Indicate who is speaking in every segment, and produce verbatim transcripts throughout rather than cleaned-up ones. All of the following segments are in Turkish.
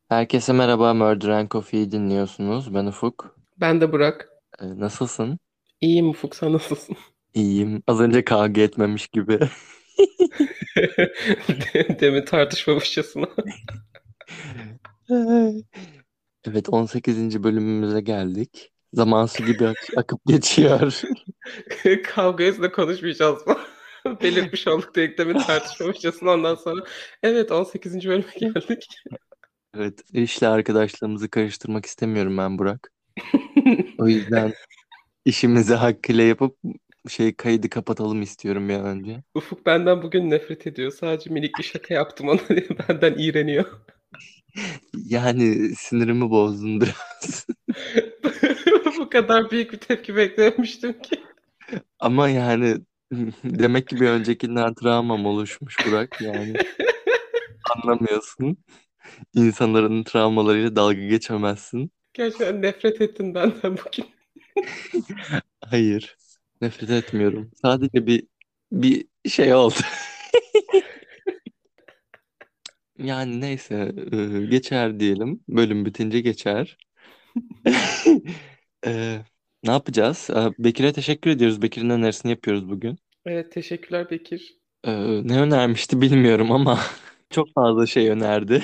Speaker 1: Herkese merhaba, Murder and Coffee'yi dinliyorsunuz. Ben Ufuk.
Speaker 2: Ben de Burak.
Speaker 1: Ee, nasılsın?
Speaker 2: İyiyim Ufuk, sen nasılsın?
Speaker 1: İyiyim. Az önce kavga etmemiş gibi.
Speaker 2: De- Demin tartışmamışçasına.
Speaker 1: Evet, on sekizinci bölümümüze geldik. Zaman su gibi ak- akıp geçiyor.
Speaker 2: Kavga yüzüne konuşmayacağız mı? Belirtmiş olduk direkt demin tartışmamışçasına ondan sonra. Evet, on sekizinci bölüme geldik.
Speaker 1: Evet, işle arkadaşlığımızı karıştırmak istemiyorum ben Burak. O yüzden işimizi hakkıyla yapıp şey kaydı kapatalım istiyorum bir an önce.
Speaker 2: Ufuk benden bugün nefret ediyor. Sadece minik bir şaka yaptım ona diye benden iğreniyor.
Speaker 1: Yani sinirimi bozdun biraz.
Speaker 2: Bu kadar büyük bir tepki beklememiştim ki.
Speaker 1: Ama yani demek ki bir öncekinden travmam oluşmuş Burak. Yani anlamıyorsun. İnsanların travmalarıyla dalga geçemezsin.
Speaker 2: Gerçekten nefret ettin benden bugün.
Speaker 1: Hayır. Nefret etmiyorum. Sadece bir bir şey oldu. Yani neyse e, geçer diyelim. Bölüm bitince geçer. E, Ne yapacağız? E, Bekir'e teşekkür ediyoruz. Bekir'in önerisini yapıyoruz bugün.
Speaker 2: Evet, teşekkürler Bekir.
Speaker 1: E, Ne önermişti bilmiyorum ama çok fazla şey önerdi.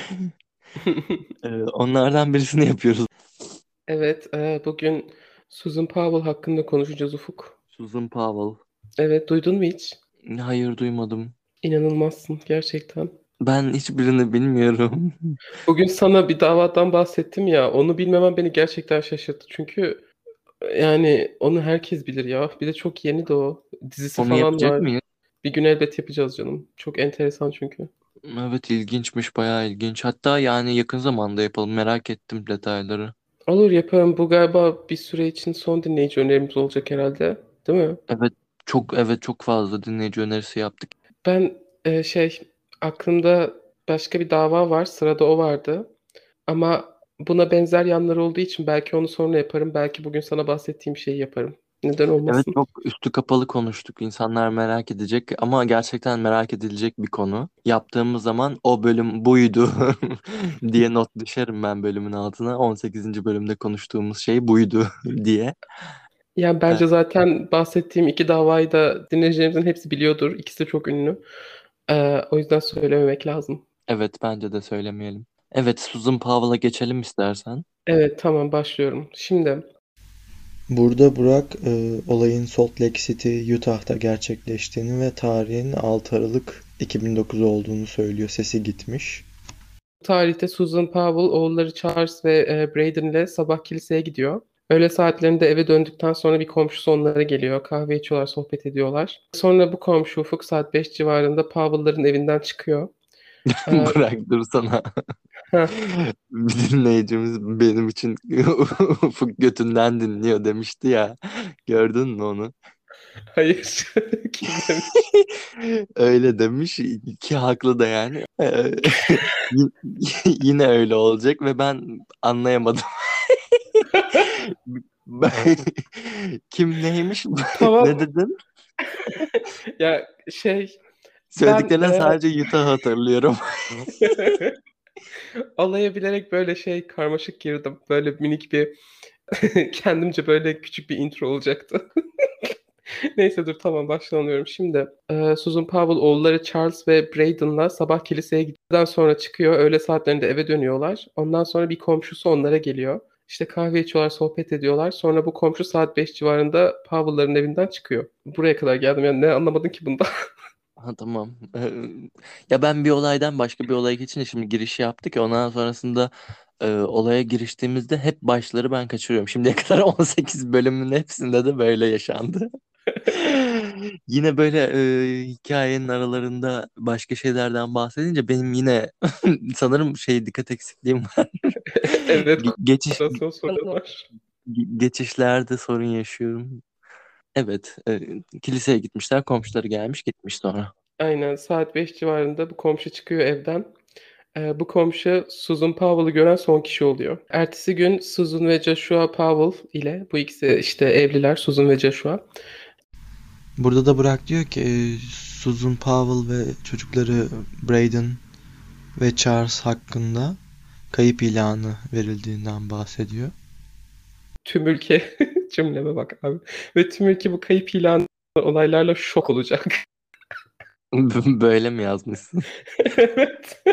Speaker 1: E, Onlardan birisini yapıyoruz.
Speaker 2: Evet, e, bugün Susan Powell hakkında konuşacağız Ufuk.
Speaker 1: Susan Powell.
Speaker 2: Evet, duydun mu hiç?
Speaker 1: Hayır duymadım.
Speaker 2: İnanılmazsın gerçekten.
Speaker 1: Ben hiçbirini bilmiyorum.
Speaker 2: Bugün sana bir davadan bahsettim ya, onu bilmemem beni gerçekten şaşırttı. Çünkü yani onu herkes bilir ya. Bir de çok yeni de o. Dizisi
Speaker 1: Onu
Speaker 2: falan
Speaker 1: yapacak
Speaker 2: var.
Speaker 1: mıyız?
Speaker 2: Bir gün elbet yapacağız canım. Çok enteresan çünkü.
Speaker 1: Evet ilginçmiş bayağı ilginç. Hatta yani yakın zamanda yapalım merak ettim detayları.
Speaker 2: Olur yaparım. Bu galiba bir süre için son dinleyici önerimiz olacak herhalde. Değil mi?
Speaker 1: Evet çok evet çok fazla dinleyici önerisi yaptık.
Speaker 2: Ben e, şey aklımda başka bir dava var. Sırada o vardı. Ama buna benzer yanları olduğu için belki onu sonra yaparım. Belki bugün sana bahsettiğim şeyi yaparım. Neden
Speaker 1: Evet
Speaker 2: olmasın?
Speaker 1: çok üstü kapalı konuştuk. İnsanlar merak edecek ama gerçekten merak edilecek bir konu. Yaptığımız zaman o bölüm buydu diye not düşerim ben bölümün altına. on sekizinci bölümde konuştuğumuz şey buydu diye.
Speaker 2: Yani
Speaker 1: Ee,
Speaker 2: bence zaten bahsettiğim iki davayı da dinleyicilerimizin hepsi biliyordur. İkisi de çok ünlü. Ee, o yüzden söylememek lazım.
Speaker 1: Evet bence de söylemeyelim. Evet Susan Powell'a geçelim istersen.
Speaker 2: Evet, tamam başlıyorum. Şimdi
Speaker 3: Burada Burak e, olayın Salt Lake City, Utah'ta gerçekleştiğini ve tarihin altı Aralık iki bin dokuz olduğunu söylüyor. Sesi gitmiş.
Speaker 2: bu tarihte Susan Powell oğulları Charles ve e, Braden ile sabah kiliseye gidiyor. Öğle saatlerinde eve döndükten sonra bir komşusu onlara geliyor. Kahve içiyorlar, sohbet ediyorlar. Sonra bu komşu Ufuk saat beş civarında Powell'ların evinden çıkıyor. Ee,
Speaker 1: Bırak dur sana.
Speaker 2: heh,
Speaker 1: Bir dinleyicimiz benim için Ufuk götünden dinliyor demişti ya. Gördün mü onu?
Speaker 2: hayır. Kim demiş?
Speaker 1: Öyle demiş ki haklı da yani. Ee, y- Yine öyle olacak ve ben anlayamadım. Ben- Kim neymiş? Ne
Speaker 2: Tamam.
Speaker 1: dedin?
Speaker 2: Ya şey ben
Speaker 1: Söylediklerine
Speaker 2: e,
Speaker 1: sadece Utah hatırlıyorum.
Speaker 2: olaya bilerek böyle şey karmaşık girdim. Böyle minik bir kendimce böyle küçük bir intro olacaktı. Neyse dur tamam başlanıyorum. Şimdi e, Susan Powell oğulları Charles ve Braden'la sabah kiliseye gittikten sonra çıkıyor. Öğle saatlerinde eve dönüyorlar. Ondan sonra bir komşusu onlara geliyor. İşte kahve içiyorlar, sohbet ediyorlar. Sonra bu komşu saat beş civarında Powell'ların evinden çıkıyor. Buraya kadar geldim yani ne anlamadın ki bunda?
Speaker 1: Ha, tamam. Ee, Ya ben bir olaydan başka bir olaya geçince şimdi giriş yaptık ya ondan sonrasında e, olaya giriştiğimizde hep başları ben kaçırıyorum. Şimdiye kadar on sekiz bölümün hepsinde de böyle yaşandı. Yine böyle e, hikayenin aralarında başka şeylerden bahsedince benim yine sanırım şey dikkat eksikliğim var.
Speaker 2: Evet,
Speaker 1: Ge- Geçiş
Speaker 2: konsantrasyon sorunu var.
Speaker 1: geçişlerde sorun yaşıyorum. Evet, e, kiliseye gitmişler, komşuları gelmiş, gitmiş sonra.
Speaker 2: Aynen saat beş civarında bu komşu çıkıyor evden. Ee, bu komşu Susan Powell'ı gören son kişi oluyor. Ertesi gün Susan ve Joshua Powell ile bu ikisi işte evliler Susan ve Joshua.
Speaker 3: Burada da Burak diyor ki e, Susan Powell ve çocukları Braden ve Charles hakkında kayıp ilanı verildiğinden bahsediyor.
Speaker 2: Tüm ülke cümleme bak abi. Ve tüm ülke bu kayıp ilan olaylarla şok olacak.
Speaker 1: Böyle mi yazmışsın?
Speaker 2: Evet.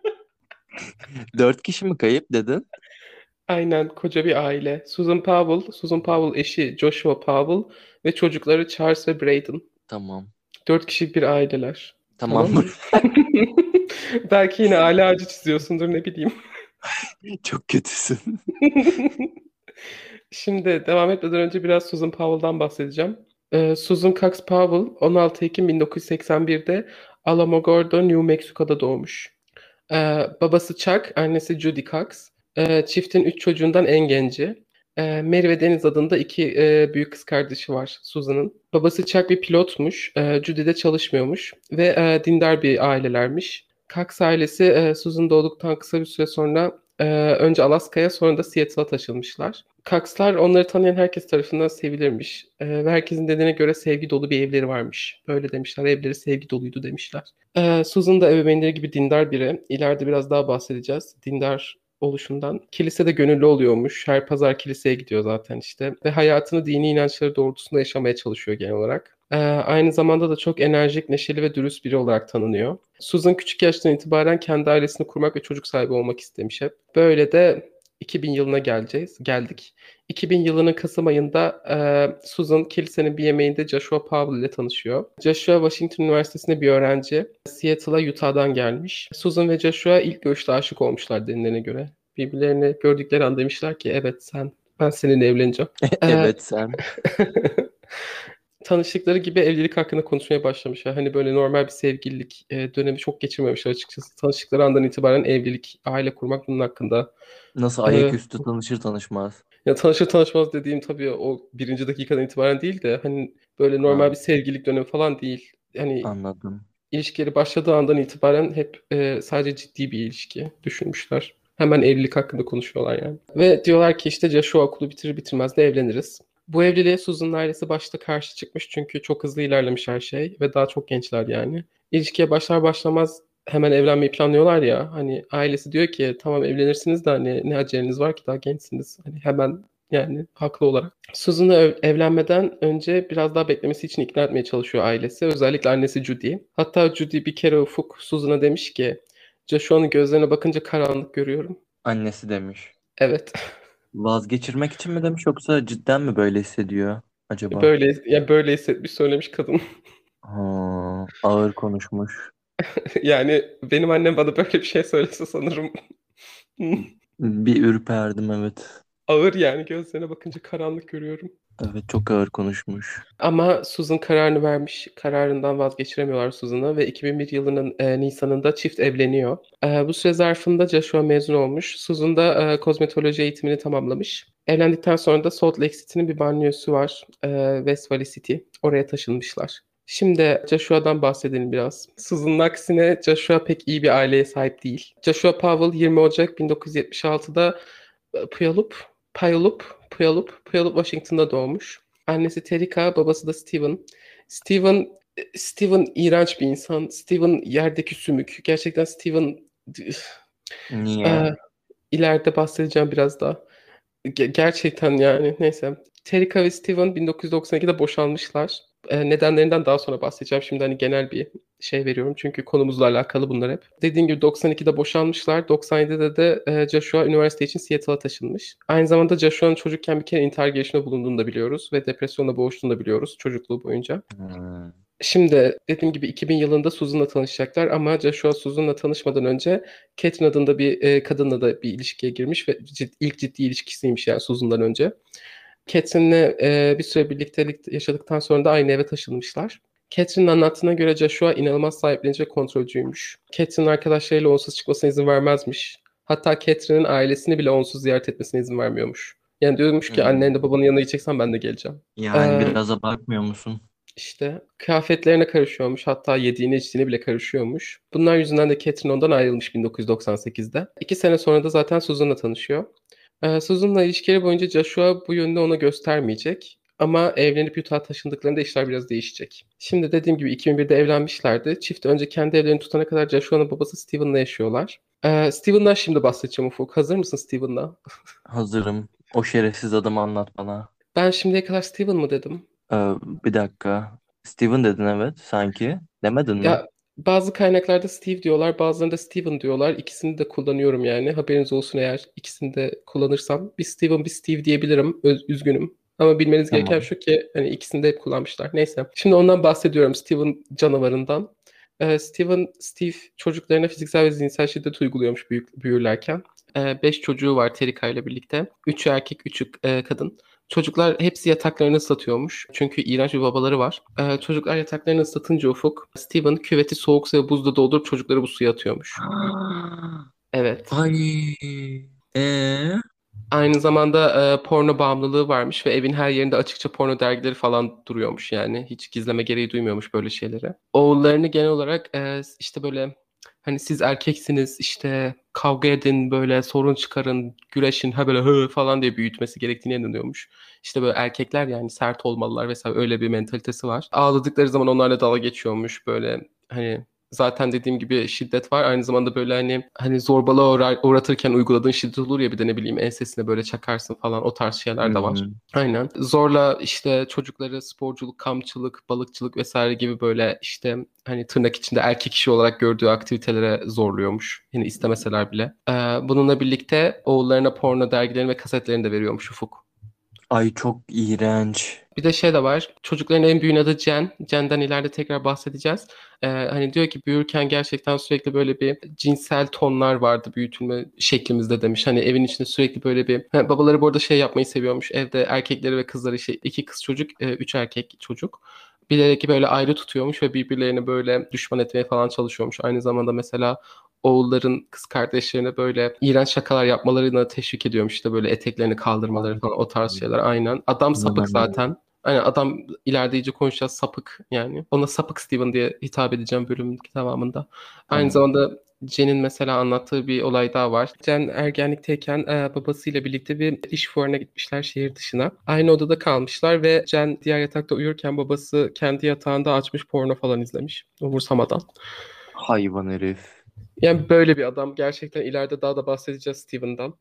Speaker 1: Dört kişi mi kayıp dedin?
Speaker 2: Aynen, koca bir aile. Susan Powell, Susan Powell eşi Joshua Powell ve çocukları Charles ve Brayden.
Speaker 1: Tamam.
Speaker 2: Dört kişilik bir aileler.
Speaker 1: Tamam.
Speaker 2: Tamam mı? Belki yine aile ağacı çiziyorsundur, ne bileyim.
Speaker 1: Çok kötüsün.
Speaker 2: Şimdi devam etmeden önce biraz Susan Powell'dan bahsedeceğim. Ee, Susan Cox Powell on altı Ekim bin dokuz yüz seksen birde Alamogordo, New Mexico'da doğmuş. Ee, babası Chuck, annesi Judy Cox. Ee, çiftin üç çocuğundan en genci. Ee, Mary ve Deniz adında iki e, büyük kız kardeşi var Susan'ın. Babası Chuck bir pilotmuş, e, Judy de çalışmıyormuş ve e, dindar bir ailelermiş. Cox ailesi e, Susan doğduktan kısa bir süre sonra e, önce Alaska'ya, sonra da Seattle'a taşınmışlar. Cox'lar onları tanıyan herkes tarafından sevilirmiş. E, ve herkesin dediğine göre sevgi dolu bir evleri varmış. Böyle demişler, evleri sevgi doluydu demişler. Ee, Susan da ebeveynleri gibi dindar biri. İleride biraz daha bahsedeceğiz dindar oluşundan. Kilisede gönüllü oluyormuş. Her pazar kiliseye gidiyor zaten işte. Ve hayatını dini inançları doğrultusunda yaşamaya çalışıyor genel olarak. Ee, aynı zamanda da çok enerjik, neşeli ve dürüst biri olarak tanınıyor. Susan küçük yaştan itibaren kendi ailesini kurmak ve çocuk sahibi olmak istemiş hep. Böyle de iki bin yılına geleceğiz, geldik. iki bin yılının Kasım ayında e, Susan kilisenin bir yemeğinde Joshua Powell ile tanışıyor. Joshua Washington Üniversitesi'nde bir öğrenci. Seattle'a Utah'dan gelmiş. Susan ve Joshua ilk görüşte aşık olmuşlar denilenine göre. Birbirlerini gördükleri an demişler ki evet sen, ben seninle evleneceğim. E,
Speaker 1: Evet sen.
Speaker 2: tanıştıkları gibi evlilik hakkında konuşmaya başlamışlar. Hani böyle normal bir sevgililik e, dönemi çok geçirmemişler açıkçası. Tanıştıkları andan itibaren evlilik, aile kurmak bunun hakkında.
Speaker 1: Nasıl
Speaker 2: E,
Speaker 1: ayaküstü tanışır tanışmaz.
Speaker 2: Ya tanışır tanışmaz dediğim tabii o birinci dakikadan itibaren değil de hani böyle normal
Speaker 1: Ha,
Speaker 2: bir sevgililik dönemi falan değil. Hani
Speaker 1: anladım.
Speaker 2: ilişkileri başladığı andan itibaren hep e, sadece ciddi bir ilişki düşünmüşler. Hemen evlilik hakkında konuşuyorlar yani. Ve diyorlar ki işte Joshua okulu bitirir bitirmez de evleniriz. Bu evliliğe Susan'ın ailesi başta karşı çıkmış çünkü çok hızlı ilerlemiş her şey ve daha çok gençler yani. İlişkiye başlar başlamaz hemen evlenmeyi planlıyorlar ya. Hani ailesi diyor ki tamam evlenirsiniz de hani ne aceleniz var ki, daha gençsiniz. Hani hemen, yani haklı olarak. Susan'ı ev- evlenmeden önce biraz daha beklemesi için ikna etmeye çalışıyor ailesi. Özellikle annesi Judy. Hatta Judy bir kere ufuk Susan'a demiş ki Joshua'nın gözlerine bakınca karanlık görüyorum.
Speaker 1: Annesi demiş.
Speaker 2: Evet.
Speaker 1: Vazgeçirmek için mi demiş yoksa cidden mi böyle hissediyor acaba?
Speaker 2: Böyle ya böyle hissetmiş söylemiş kadın.
Speaker 1: Ha, ağır konuşmuş.
Speaker 2: Yani benim annem bana böyle bir şey söylese sanırım
Speaker 1: Bir ürperdim evet.
Speaker 2: ağır, yani gözlerine bakınca karanlık görüyorum.
Speaker 1: Evet çok ağır konuşmuş.
Speaker 2: Ama Susan kararını vermiş. Kararından vazgeçiremiyorlar Susan'ı ve iki bin bir yılının e, Nisan'ında çift evleniyor. E, bu süre zarfında Joshua mezun olmuş. Susan da e, kozmetoloji eğitimini tamamlamış. Evlendikten sonra da Salt Lake City'nin bir banyosu var. E, West Valley City. Oraya taşınmışlar. Şimdi Joshua'dan bahsedelim biraz. Susan'ın aksine Joshua pek iyi bir aileye sahip değil. Joshua Powell yirmi Ocak bin dokuz yüz yetmiş altıda e, Puyallup, Puyallup, Puyallup, Puyallup, Washington'da doğmuş. Annesi Terika, babası da Steven. Steven, Steven iğrenç bir insan. Steven yerdeki sümük. Gerçekten Steven
Speaker 1: Niye?
Speaker 2: e, ileride bahsedeceğim biraz daha. Ge- gerçekten yani neyse. Terika ve Steven bin dokuz yüz doksan ikide boşanmışlar. E, nedenlerinden daha sonra bahsedeceğim. Şimdi hani genel bir şey veriyorum. Çünkü konumuzla alakalı bunlar hep. Dediğim gibi doksan ikide boşanmışlar. doksan yedide de e, Joshua üniversite için Seattle'a taşınmış. Aynı zamanda Joshua'nın çocukken bir kere intihar girişiminde bulunduğunu da biliyoruz. Ve depresyonla boğuştuğunu da biliyoruz çocukluğu boyunca.
Speaker 1: Hmm.
Speaker 2: Şimdi dediğim gibi iki bin yılında Susan'la tanışacaklar ama Joshua Susan'la tanışmadan önce Catherine adında bir e, kadınla da bir ilişkiye girmiş ve cid- ilk ciddi ilişkisiymiş yani Susan'dan önce. Catherine'le e, bir süre birliktelik yaşadıktan sonra da aynı eve taşınmışlar. Catherine'in anlattığına göre Joshua inanılmaz sahiplenici ve kontrolcüymüş. Catherine'in arkadaşlarıyla onsuz çıkmasına izin vermezmiş. Hatta Catherine'in ailesini bile onsuz ziyaret etmesine izin vermiyormuş. Yani diyormuş ki
Speaker 1: Hmm.
Speaker 2: annenle babanın yanına gideceksen ben de geleceğim.
Speaker 1: Yani
Speaker 2: Ee,
Speaker 1: biraz abartmıyor musun?
Speaker 2: işte kıyafetlerine karışıyormuş. Hatta yediğine içtiğine bile karışıyormuş. Bunlar yüzünden de Catherine ondan ayrılmış bin dokuz yüz doksan sekizde. İki sene sonra da zaten Susan'la tanışıyor. Ee, Susan'la ilişkileri boyunca Joshua bu yönünü ona göstermeyecek. Ama evlenip Utah'a taşındıklarında işler biraz değişecek. Şimdi dediğim gibi iki bin birde evlenmişlerdi. Çift önce kendi evlerini tutana kadar Joshua'nın babası Steven'la yaşıyorlar. Ee, Steven'dan şimdi bahsedeceğim Ufuk. Hazır mısın Steven'dan?
Speaker 1: Hazırım. O şerefsiz adamı anlat bana.
Speaker 2: Ben şimdiye kadar Steven mı dedim?
Speaker 1: Ee, bir dakika. Steven dedin evet sanki. Demedin mi?
Speaker 2: Ya bazı kaynaklarda Steve diyorlar, bazılarında Steven diyorlar. İkisini de kullanıyorum yani. Haberiniz olsun eğer ikisini de kullanırsam. Bir Steven bir Steve diyebilirim. Öz- üzgünüm. Ama bilmeniz gereken
Speaker 1: Tamam.
Speaker 2: şu ki hani ikisini de hep kullanmışlar. Neyse. Şimdi ondan bahsediyorum Steven canavarından. Ee, Steven, Steve çocuklarına fiziksel ve zihinsel şiddet uyguluyormuş büyük, büyürlerken. Ee, beş çocuğu var Terika ile birlikte. Üçü erkek, üçü e, kadın. Çocuklar hepsi yataklarını ıslatıyormuş. Çünkü iğrenç bir babaları var. Ee, çocuklar yataklarını ıslatınca Ufuk, Steven küveti soğuk su ve buzla doldurup çocukları bu suya atıyormuş. Evet.
Speaker 1: Ay. Ee?
Speaker 2: Aynı zamanda e, porno bağımlılığı varmış ve evin her yerinde açıkça porno dergileri falan duruyormuş yani. Hiç gizleme gereği duymuyormuş böyle şeyleri. Oğullarını genel olarak e, işte böyle hani siz erkeksiniz işte kavga edin böyle sorun çıkarın güreşin ha böyle hı falan diye büyütmesi gerektiğine inanıyormuş. İşte böyle erkekler yani sert olmalılar vesaire öyle bir mentalitesi var. Ağladıkları zaman onlarla dalga geçiyormuş böyle hani zaten dediğim gibi şiddet var. Aynı zamanda böyle hani hani zorbalığa uğra- uğratırken uyguladığın şiddet olur ya bir de ne bileyim ensesine böyle çakarsın falan o tarz şeyler de var.
Speaker 1: Hmm.
Speaker 2: Aynen. Zorla işte çocukları sporculuk, kampçılık, balıkçılık vesaire gibi böyle işte hani tırnak içinde erkek işi olarak gördüğü aktivitelere zorluyormuş. Yine istemeseler bile. Ee, bununla birlikte oğullarına porno dergilerini ve kasetlerini de veriyormuş Ufuk.
Speaker 1: Ay çok iğrenç.
Speaker 2: Bir de şey de var. Çocukların en büyüğün adı Jen. Jen'den ileride tekrar bahsedeceğiz. Ee, hani diyor ki büyürken gerçekten sürekli böyle bir cinsel tonlar vardı büyütülme şeklimizde demiş. Hani evin içinde sürekli böyle bir... Ha, babaları bu arada şey yapmayı seviyormuş. Evde erkekleri ve kızları işte iki kız çocuk, e, üç erkek çocuk. Bilerek böyle ayrı tutuyormuş ve birbirlerini böyle düşman etmeye falan çalışıyormuş. Aynı zamanda mesela oğulların kız kardeşlerine böyle iğrenç şakalar yapmalarını teşvik ediyormuş. İşte böyle eteklerini kaldırmaları
Speaker 1: Ay.
Speaker 2: falan o tarz şeyler aynen. Adam sapık
Speaker 1: İnanamıyorum.
Speaker 2: zaten. Aynen adam ileride iyice konuşacağız sapık yani. Ona sapık Steven diye hitap edeceğim bölümün tamamında. Aynı
Speaker 1: Tamam.
Speaker 2: zamanda Jen'in mesela anlattığı bir olay daha var. Jen ergenlikteyken e, babasıyla birlikte bir iş fuarına gitmişler şehir dışına. Aynı odada kalmışlar ve Jen diğer yatakta uyurken babası kendi yatağında açmış porno falan izlemiş. Umursamadan.
Speaker 1: Hayvan herif.
Speaker 2: Yani böyle bir adam. Gerçekten ileride daha da bahsedeceğiz Steven'dan.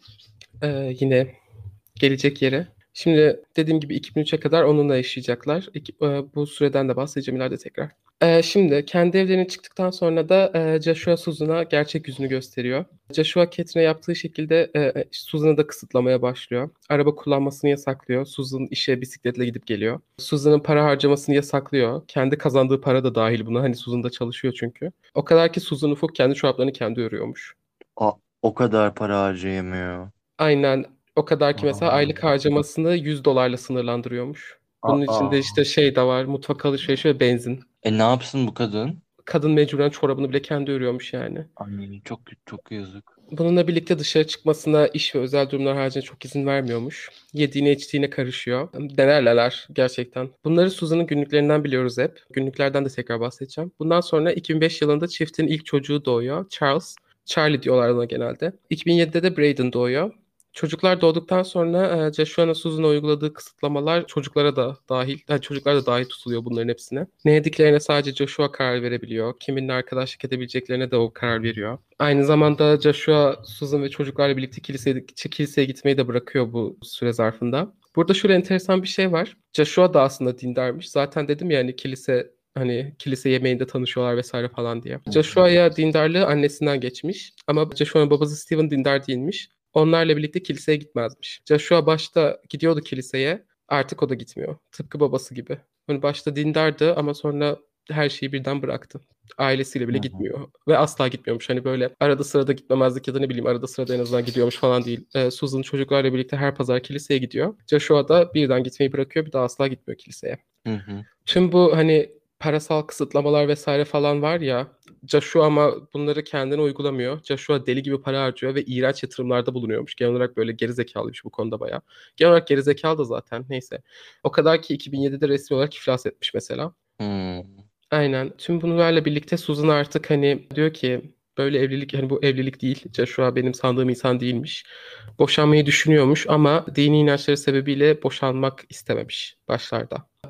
Speaker 2: Ee, yine gelecek yere. Şimdi dediğim gibi iki bin üçe kadar onunla yaşayacaklar. İki- e, bu süreden de bahsedeceğim ileride tekrar. Ee, şimdi kendi evlerine çıktıktan sonra da e, Joshua Susan'a gerçek yüzünü gösteriyor. Joshua Catherine'e yaptığı şekilde e, e, Susan'ı da kısıtlamaya başlıyor. Araba kullanmasını yasaklıyor. Susan işe bisikletle gidip geliyor. Susan'ın para harcamasını yasaklıyor. Kendi kazandığı para da dahil buna. Hani Susan da çalışıyor çünkü. O kadar ki Susan Ufuk kendi çoraplarını kendi örüyormuş.
Speaker 1: A- o kadar para harcayamıyor.
Speaker 2: Aynen o kadar ki mesela
Speaker 1: Aa.
Speaker 2: aylık harcamasını yüz dolarla sınırlandırıyormuş. Bunun içinde
Speaker 1: Aa.
Speaker 2: işte şey de var, mutfak alışverişi ve benzin.
Speaker 1: E ne yapsın bu kadın?
Speaker 2: Kadın mecburen çorabını bile kendi örüyormuş yani.
Speaker 1: Ay çok çok yazık.
Speaker 2: Bununla birlikte dışarı çıkmasına iş ve özel durumlar haricinde çok izin vermiyormuş. Yediğine içtiğine karışıyor. Nelerler gerçekten. Bunları Susan'ın günlüklerinden biliyoruz hep. Günlüklerden de tekrar bahsedeceğim. Bundan sonra iki bin beş yılında çiftin ilk çocuğu doğuyor. Charles. Charlie diyorlar ona genelde. iki bin yedide de Brayden doğuyor. Çocuklar doğduktan sonra e, Joshua'nın Susan'a uyguladığı kısıtlamalar çocuklara da dahil, yani çocuklar da dahil tutuluyor bunların hepsine. Ne yediklerine sadece Joshua karar verebiliyor. Kiminle arkadaşlık edebileceklerine de o karar veriyor. Aynı zamanda Joshua, Susan ve çocuklarla birlikte kiliseye, kiliseye gitmeyi de bırakıyor bu süre zarfında. Burada şöyle enteresan bir şey var. Joshua da aslında dindarmış. Zaten dedim ya hani kilise hani kilise yemeğinde tanışıyorlar vesaire falan diye. Joshua'ya dindarlığı annesinden geçmiş ama Joshua'nın babası Stephen dindar değilmiş. Onlarla birlikte kiliseye gitmezmiş. Joshua başta gidiyordu kiliseye, artık o da gitmiyor. Tıpkı babası gibi. Hani başta dindardı ama sonra her şeyi birden bıraktı. Ailesiyle
Speaker 1: Hı
Speaker 2: bile
Speaker 1: hı.
Speaker 2: gitmiyor. Ve asla gitmiyormuş. Hani böyle arada sırada gitmemezlik ya da ne bileyim arada sırada en azından gidiyormuş falan değil. Ee, Susan çocuklarla birlikte her pazar kiliseye gidiyor. Joshua da birden gitmeyi bırakıyor. Bir daha asla gitmiyor kiliseye.
Speaker 1: Hı hı.
Speaker 2: Tüm bu hani parasal kısıtlamalar vesaire falan var ya Joshua ama bunları kendine uygulamıyor. Joshua deli gibi para harcıyor ve iğrenç yatırımlarda bulunuyormuş. Genel olarak böyle gerizekalıymış bu konuda bayağı. Genel olarak gerizekalı da zaten neyse. O kadar ki iki bin yedide resmi olarak iflas etmiş mesela.
Speaker 1: Hmm.
Speaker 2: Aynen. Tüm bunlarla birlikte Susan artık hani diyor ki böyle evlilik hani bu evlilik değil. Joshua benim sandığım insan değilmiş. Boşanmayı düşünüyormuş ama dini inançları sebebiyle boşanmak istememiş başlarda.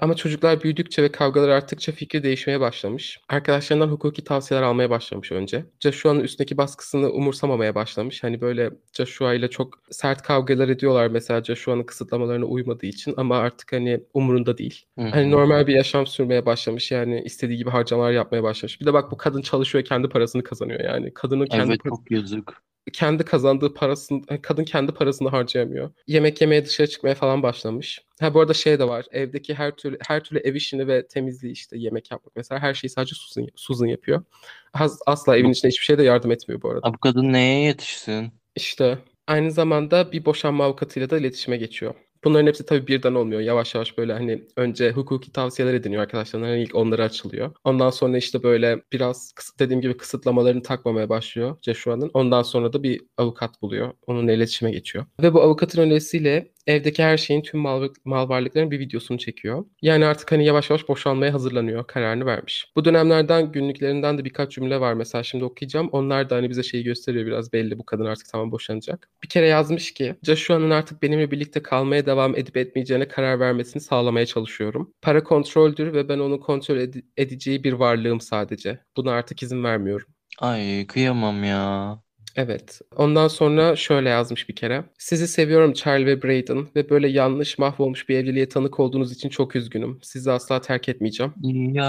Speaker 2: Ama çocuklar büyüdükçe ve kavgalar arttıkça fikri değişmeye başlamış. Arkadaşlarından hukuki tavsiyeler almaya başlamış önce. Joshua'nın üstündeki baskısını umursamamaya başlamış. Hani böyle Joshua ile çok sert kavgalar ediyorlar mesela Joshua'nın kısıtlamalarına uymadığı için ama artık hani umurunda değil.
Speaker 1: Hı
Speaker 2: Hani
Speaker 1: hı.
Speaker 2: normal bir yaşam sürmeye başlamış yani istediği gibi harcamalar yapmaya başlamış. Bir de bak bu kadın çalışıyor kendi parasını kazanıyor yani. Kadının kendi
Speaker 1: Evet,
Speaker 2: parası
Speaker 1: çok yazık.
Speaker 2: kendi kazandığı parasını kadın kendi parasını harcayamıyor. Yemek yemeye dışarı çıkmaya falan başlamış. Ha bu arada şey de var. Evdeki her türlü her türlü ev işini ve temizliği işte yemek yapmak mesela her şeyi sadece Susan, Susan yapıyor. Az- Asla evin
Speaker 1: Bu,
Speaker 2: içinde hiçbir şeyde yardım etmiyor bu arada.
Speaker 1: ha, bu kadın neye yetişsin?
Speaker 2: İşte aynı zamanda bir boşanma avukatıyla da iletişime geçiyor. Bunların hepsi tabii birden olmuyor. Yavaş yavaş böyle hani önce hukuki tavsiyeler ediniyor arkadaşlarına. Hani ilk onları açılıyor. Ondan sonra işte böyle biraz kıs- dediğim gibi kısıtlamalarını takmamaya başlıyor Joshua'nın. Ondan sonra da bir avukat buluyor. Onunla iletişime geçiyor. Ve bu avukatın önerisiyle evdeki her şeyin tüm mal, mal varlıkların bir videosunu çekiyor. Yani artık hani yavaş yavaş boşanmaya hazırlanıyor. Kararını vermiş. Bu dönemlerden günlüklerinden de birkaç cümle var. Mesela şimdi okuyacağım. Onlar da hani bize şeyi gösteriyor biraz belli. Bu kadın artık tamam boşanacak. Bir kere yazmış ki Joshua'nın artık benimle birlikte kalmaya devam edip etmeyeceğine karar vermesini sağlamaya çalışıyorum. Para kontroldür ve ben onu kontrol ede- edeceği bir varlığım sadece. Buna artık izin vermiyorum.
Speaker 1: Ay, kıyamam ya.
Speaker 2: Evet. Ondan sonra şöyle yazmış bir kere. Sizi seviyorum Charlie ve Brayden ve böyle yanlış mahvolmuş bir evliliğe tanık olduğunuz için çok üzgünüm. Sizi asla terk etmeyeceğim.
Speaker 1: Ya.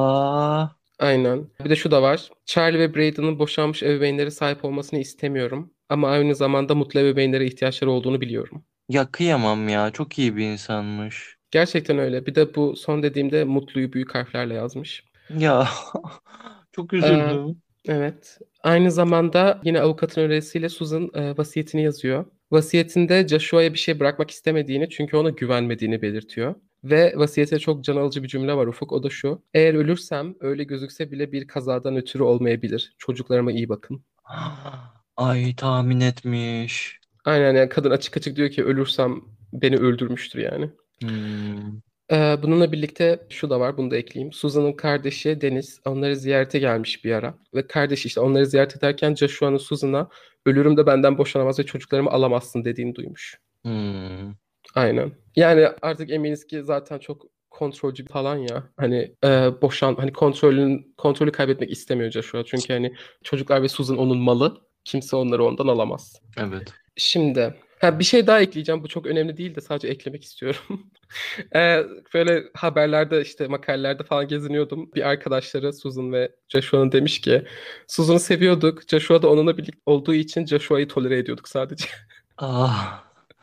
Speaker 2: Aynen. Bir de şu da var. Charlie ve Brayden'ın boşanmış ebeveynlere sahip olmasını istemiyorum. Ama aynı zamanda mutlu ebeveynlere ihtiyaçları olduğunu biliyorum.
Speaker 1: Ya kıyamam ya. Çok iyi bir insanmış.
Speaker 2: Gerçekten öyle. Bir de bu son dediğimde mutluyu büyük harflerle yazmış.
Speaker 1: Ya. Çok
Speaker 2: Ee,
Speaker 1: üzüldüm.
Speaker 2: evet. Aynı zamanda yine avukatın önerisiyle Susan e, vasiyetini yazıyor. Vasiyetinde Joshua'ya bir şey bırakmak istemediğini çünkü ona güvenmediğini belirtiyor. Ve vasiyete çok can alıcı bir cümle var Ufuk. O da şu. Eğer ölürsem öyle gözükse bile bir kazadan ötürü olmayabilir. Çocuklarıma iyi bakın.
Speaker 1: Ay, tahmin etmiş.
Speaker 2: Aynen yani kadın açık açık diyor ki ölürsem beni öldürmüştür yani.
Speaker 1: Hmm.
Speaker 2: Ee, bununla birlikte şu da var, bunu da ekleyeyim. Suzan'ın kardeşi Deniz onları ziyarete gelmiş bir ara. Ve kardeşi işte onları ziyaret ederken Joshua'nın Suzan'a ölürüm de benden boşanamaz ve çocuklarımı alamazsın dediğini duymuş.
Speaker 1: Hmm.
Speaker 2: Aynen. Yani artık eminiz ki zaten çok kontrolcü falan ya. Hani e, boşan hani kontrolün kontrolü kaybetmek istemiyor Joshua. Çünkü hani çocuklar ve Susan onun malı. Kimse onları ondan alamaz.
Speaker 1: Evet.
Speaker 2: Şimdi ha, bir şey daha ekleyeceğim. Bu çok önemli değil de sadece eklemek istiyorum. Ee, böyle haberlerde işte makalelerde falan geziniyordum. Bir arkadaşları Susan ve Joshua'nın demiş ki Susan'ı seviyorduk. Joshua da onunla birlikte olduğu için Joshua'yı tolere ediyorduk sadece.
Speaker 1: Ah.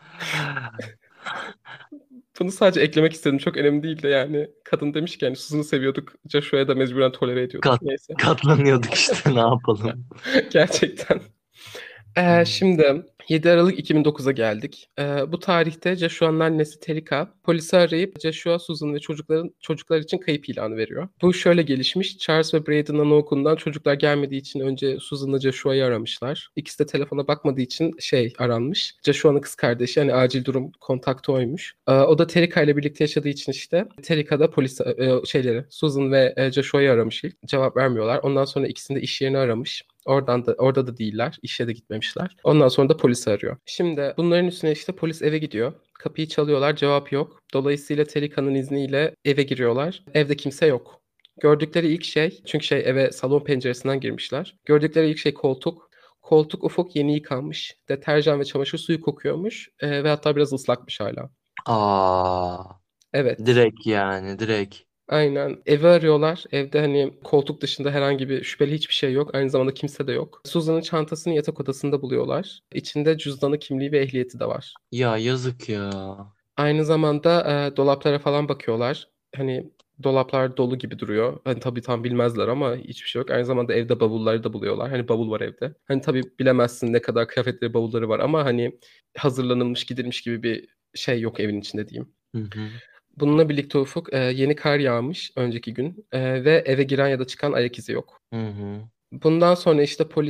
Speaker 2: Bunu sadece eklemek istedim. Çok önemli değil de yani. Kadın demiş ki yani Susan'ı seviyorduk. Joshua'ya da mecburen tolere ediyorduk.
Speaker 1: Kat,
Speaker 2: Neyse.
Speaker 1: katlanıyorduk işte, ne yapalım.
Speaker 2: Gerçekten. Ee,
Speaker 1: Hmm.
Speaker 2: şimdi yedi Aralık iki bin dokuza geldik. Ee, bu tarihte Joshua'nın annesi Terika polisi arayıp Joshua, Susan ve çocukların çocuklar için kayıp ilanı veriyor. Bu şöyle gelişmiş. Charles ve Braden anaokulundan çocuklar gelmediği için önce Susan'la Joshua'yı aramışlar. İkisi de telefona bakmadığı için şey aranmış. Joshua'nın kız kardeşi yani acil durum kontaktı oymuş. Ee, o da Terika ile birlikte yaşadığı için işte Terika da polis e, şeyleri Susan ve e, Joshua'yı aramış ilk. Cevap vermiyorlar. Ondan sonra ikisini de iş yerini aramış. Oradan da orada da değiller. İşe de gitmemişler. Ondan sonra da polisi arıyor. Şimdi bunların üstüne işte polis eve gidiyor. Kapıyı çalıyorlar, cevap yok. Dolayısıyla Terika'nın izniyle eve giriyorlar. Evde kimse yok. Gördükleri ilk şey, çünkü şey eve salon penceresinden girmişler. Gördükleri ilk şey koltuk. Koltuk ufuk yeni yıkanmış. Deterjan ve çamaşır suyu kokuyormuş. Ee, ve hatta biraz ıslakmış hala.
Speaker 1: Aa.
Speaker 2: Evet.
Speaker 1: Direkt yani, direkt.
Speaker 2: Aynen. Evi arıyorlar. Evde hani koltuk dışında herhangi bir şüpheli hiçbir şey yok. Aynı zamanda kimse de yok. Suzan'ın çantasını yatak odasında buluyorlar. İçinde cüzdanı, kimliği ve ehliyeti de var.
Speaker 1: Ya yazık ya.
Speaker 2: Aynı zamanda e, dolaplara falan bakıyorlar. Hani dolaplar dolu gibi duruyor. Hani tabii tam bilmezler ama hiçbir şey yok. Aynı zamanda evde bavulları da buluyorlar. Hani bavul var evde. Hani tabii bilemezsin ne kadar kıyafetleri, bavulları var ama hani hazırlanılmış, gidilmiş gibi bir şey yok evin içinde diyeyim.
Speaker 1: Hı hı.
Speaker 2: Bununla birlikte Ufuk e, yeni kar yağmış önceki gün e, ve eve giren ya da çıkan ayak izi yok.
Speaker 1: Hı hı.
Speaker 2: Bundan sonra işte polis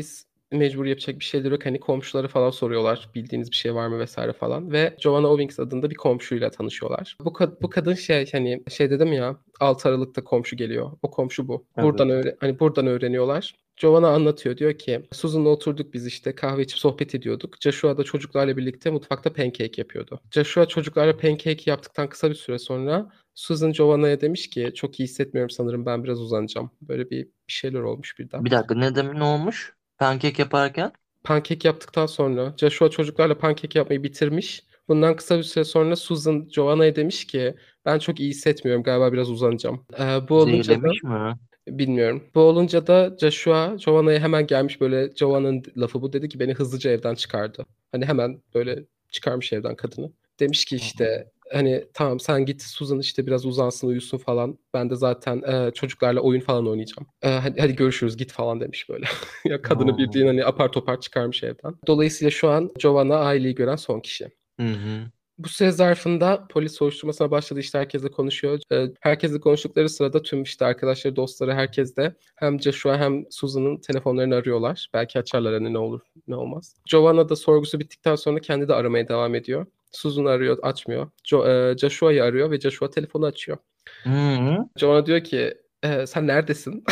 Speaker 2: mecbur yapacak bir şeyleri yok. Hani komşuları falan soruyorlar. Bildiğiniz bir şey var mı vesaire falan. Ve Joanna Owings adında bir komşuyla tanışıyorlar. Bu, kad- bu kadın şey hani şey dedim ya altı Aralık'ta komşu geliyor. O komşu bu. Buradan
Speaker 1: Evet.
Speaker 2: öğre hani buradan öğreniyorlar. Giovanna anlatıyor. Diyor ki Susan'la oturduk biz işte kahve içip sohbet ediyorduk. Joshua da çocuklarla birlikte mutfakta pancake yapıyordu. Joshua çocuklarla pancake yaptıktan kısa bir süre sonra Susan Giovanna'ya demiş ki çok iyi hissetmiyorum sanırım ben biraz uzanacağım. Böyle bir, bir şeyler olmuş birden.
Speaker 1: Bir dakika, ne demek, ne olmuş? Pankek yaparken?
Speaker 2: Pankek yaptıktan sonra Joshua çocuklarla pankek yapmayı bitirmiş. Bundan kısa bir süre sonra Susan Giovanna'ya demiş ki ben çok iyi hissetmiyorum galiba biraz uzanacağım. Ee, bu olunca da
Speaker 1: Zehirlemiş mi?
Speaker 2: bilmiyorum. Bu olunca da Joshua Giovanna'ya hemen gelmiş böyle Giovanna'nın lafı bu dedi ki beni hızlıca evden çıkardı. Hani hemen böyle çıkarmış evden kadını. Demiş ki işte hani tamam sen git Susan işte biraz uzansın uyusun falan. Ben de zaten e, çocuklarla oyun falan oynayacağım. E, hadi, hadi görüşürüz git falan demiş böyle. Ya kadını
Speaker 1: Hmm.
Speaker 2: bildiğin hani apar topar çıkarmış evden. Dolayısıyla şu an Giovanna aileyi gören son kişi.
Speaker 1: Hı hı.
Speaker 2: Bu süre zarfında polis soruşturmasına başladı işte herkesle konuşuyor. Ee, herkesle konuştukları sırada tüm işte arkadaşları, dostları herkes de hem Joshua hem Susan'ın telefonlarını arıyorlar. Belki açarlar hani ne olur ne olmaz. Giovanna da sorgusu bittikten sonra kendi de aramaya devam ediyor. Susan arıyor, açmıyor. Jo e, Joshua'yı arıyor ve Joshua telefonu açıyor.
Speaker 1: Hı hı.
Speaker 2: Giovanna diyor ki "E, sen neredesin?"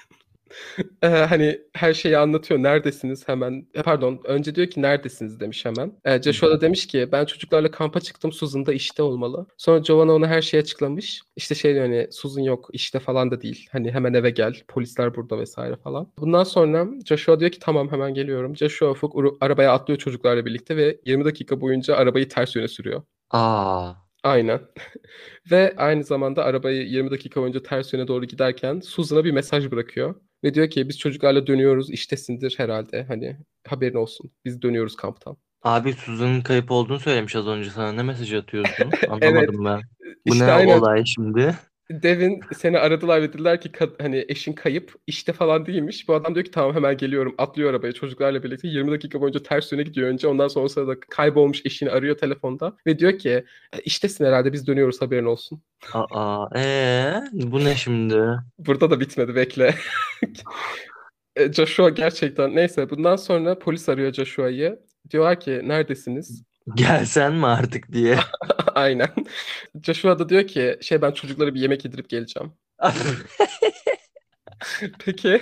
Speaker 2: Ee, hani her şeyi anlatıyor. Neredesiniz hemen? E, Pardon. Önce diyor ki neredesiniz demiş hemen. Ee, Joshua da demiş ki ben çocuklarla kampa çıktım. Susan da işte olmalı. Sonra Giovanna ona her şeyi açıklamış. İşte şey diyor hani Susan yok işte falan da değil. Hani hemen eve gel. Polisler burada vesaire falan. Bundan sonra Joshua diyor ki tamam hemen geliyorum. Joshua Ufuk uru- arabaya atlıyor çocuklarla birlikte ve yirmi dakika boyunca arabayı ters yöne sürüyor.
Speaker 1: Aa.
Speaker 2: Aynen. Ve aynı zamanda arabayı yirmi dakika boyunca ters yöne doğru giderken Susan'a bir mesaj bırakıyor. Ve diyor ki biz çocuklarla dönüyoruz iştesindir herhalde. Hani haberin olsun. Biz dönüyoruz kamptan.
Speaker 1: Abi, Suzan'ın kayıp olduğunu söylemiş az önce sana. Ne mesaj atıyorsun?
Speaker 2: Evet.
Speaker 1: Anlamadım ben. Bu
Speaker 2: İşte
Speaker 1: ne
Speaker 2: aynen.
Speaker 1: olay şimdi?
Speaker 2: Devin seni aradılar ve dediler ki kad- hani eşin kayıp işte falan değilmiş. Bu adam diyor ki tamam hemen geliyorum. Atlıyor arabaya çocuklarla birlikte yirmi dakika boyunca ters yöne gidiyor önce. Ondan sonra o sırada kaybolmuş eşini arıyor telefonda. Ve diyor ki "E, iştesin herhalde biz dönüyoruz haberin olsun."
Speaker 1: Aa, ee, bu ne şimdi?
Speaker 2: Burada da bitmedi bekle. E, Joshua gerçekten neyse bundan sonra polis arıyor Joshua'yı. Diyorlar ki neredesiniz?
Speaker 1: Gelsen mi artık diye.
Speaker 2: Aynen. Joshua da diyor ki şey ben çocuklara bir yemek yedirip geleceğim. Peki.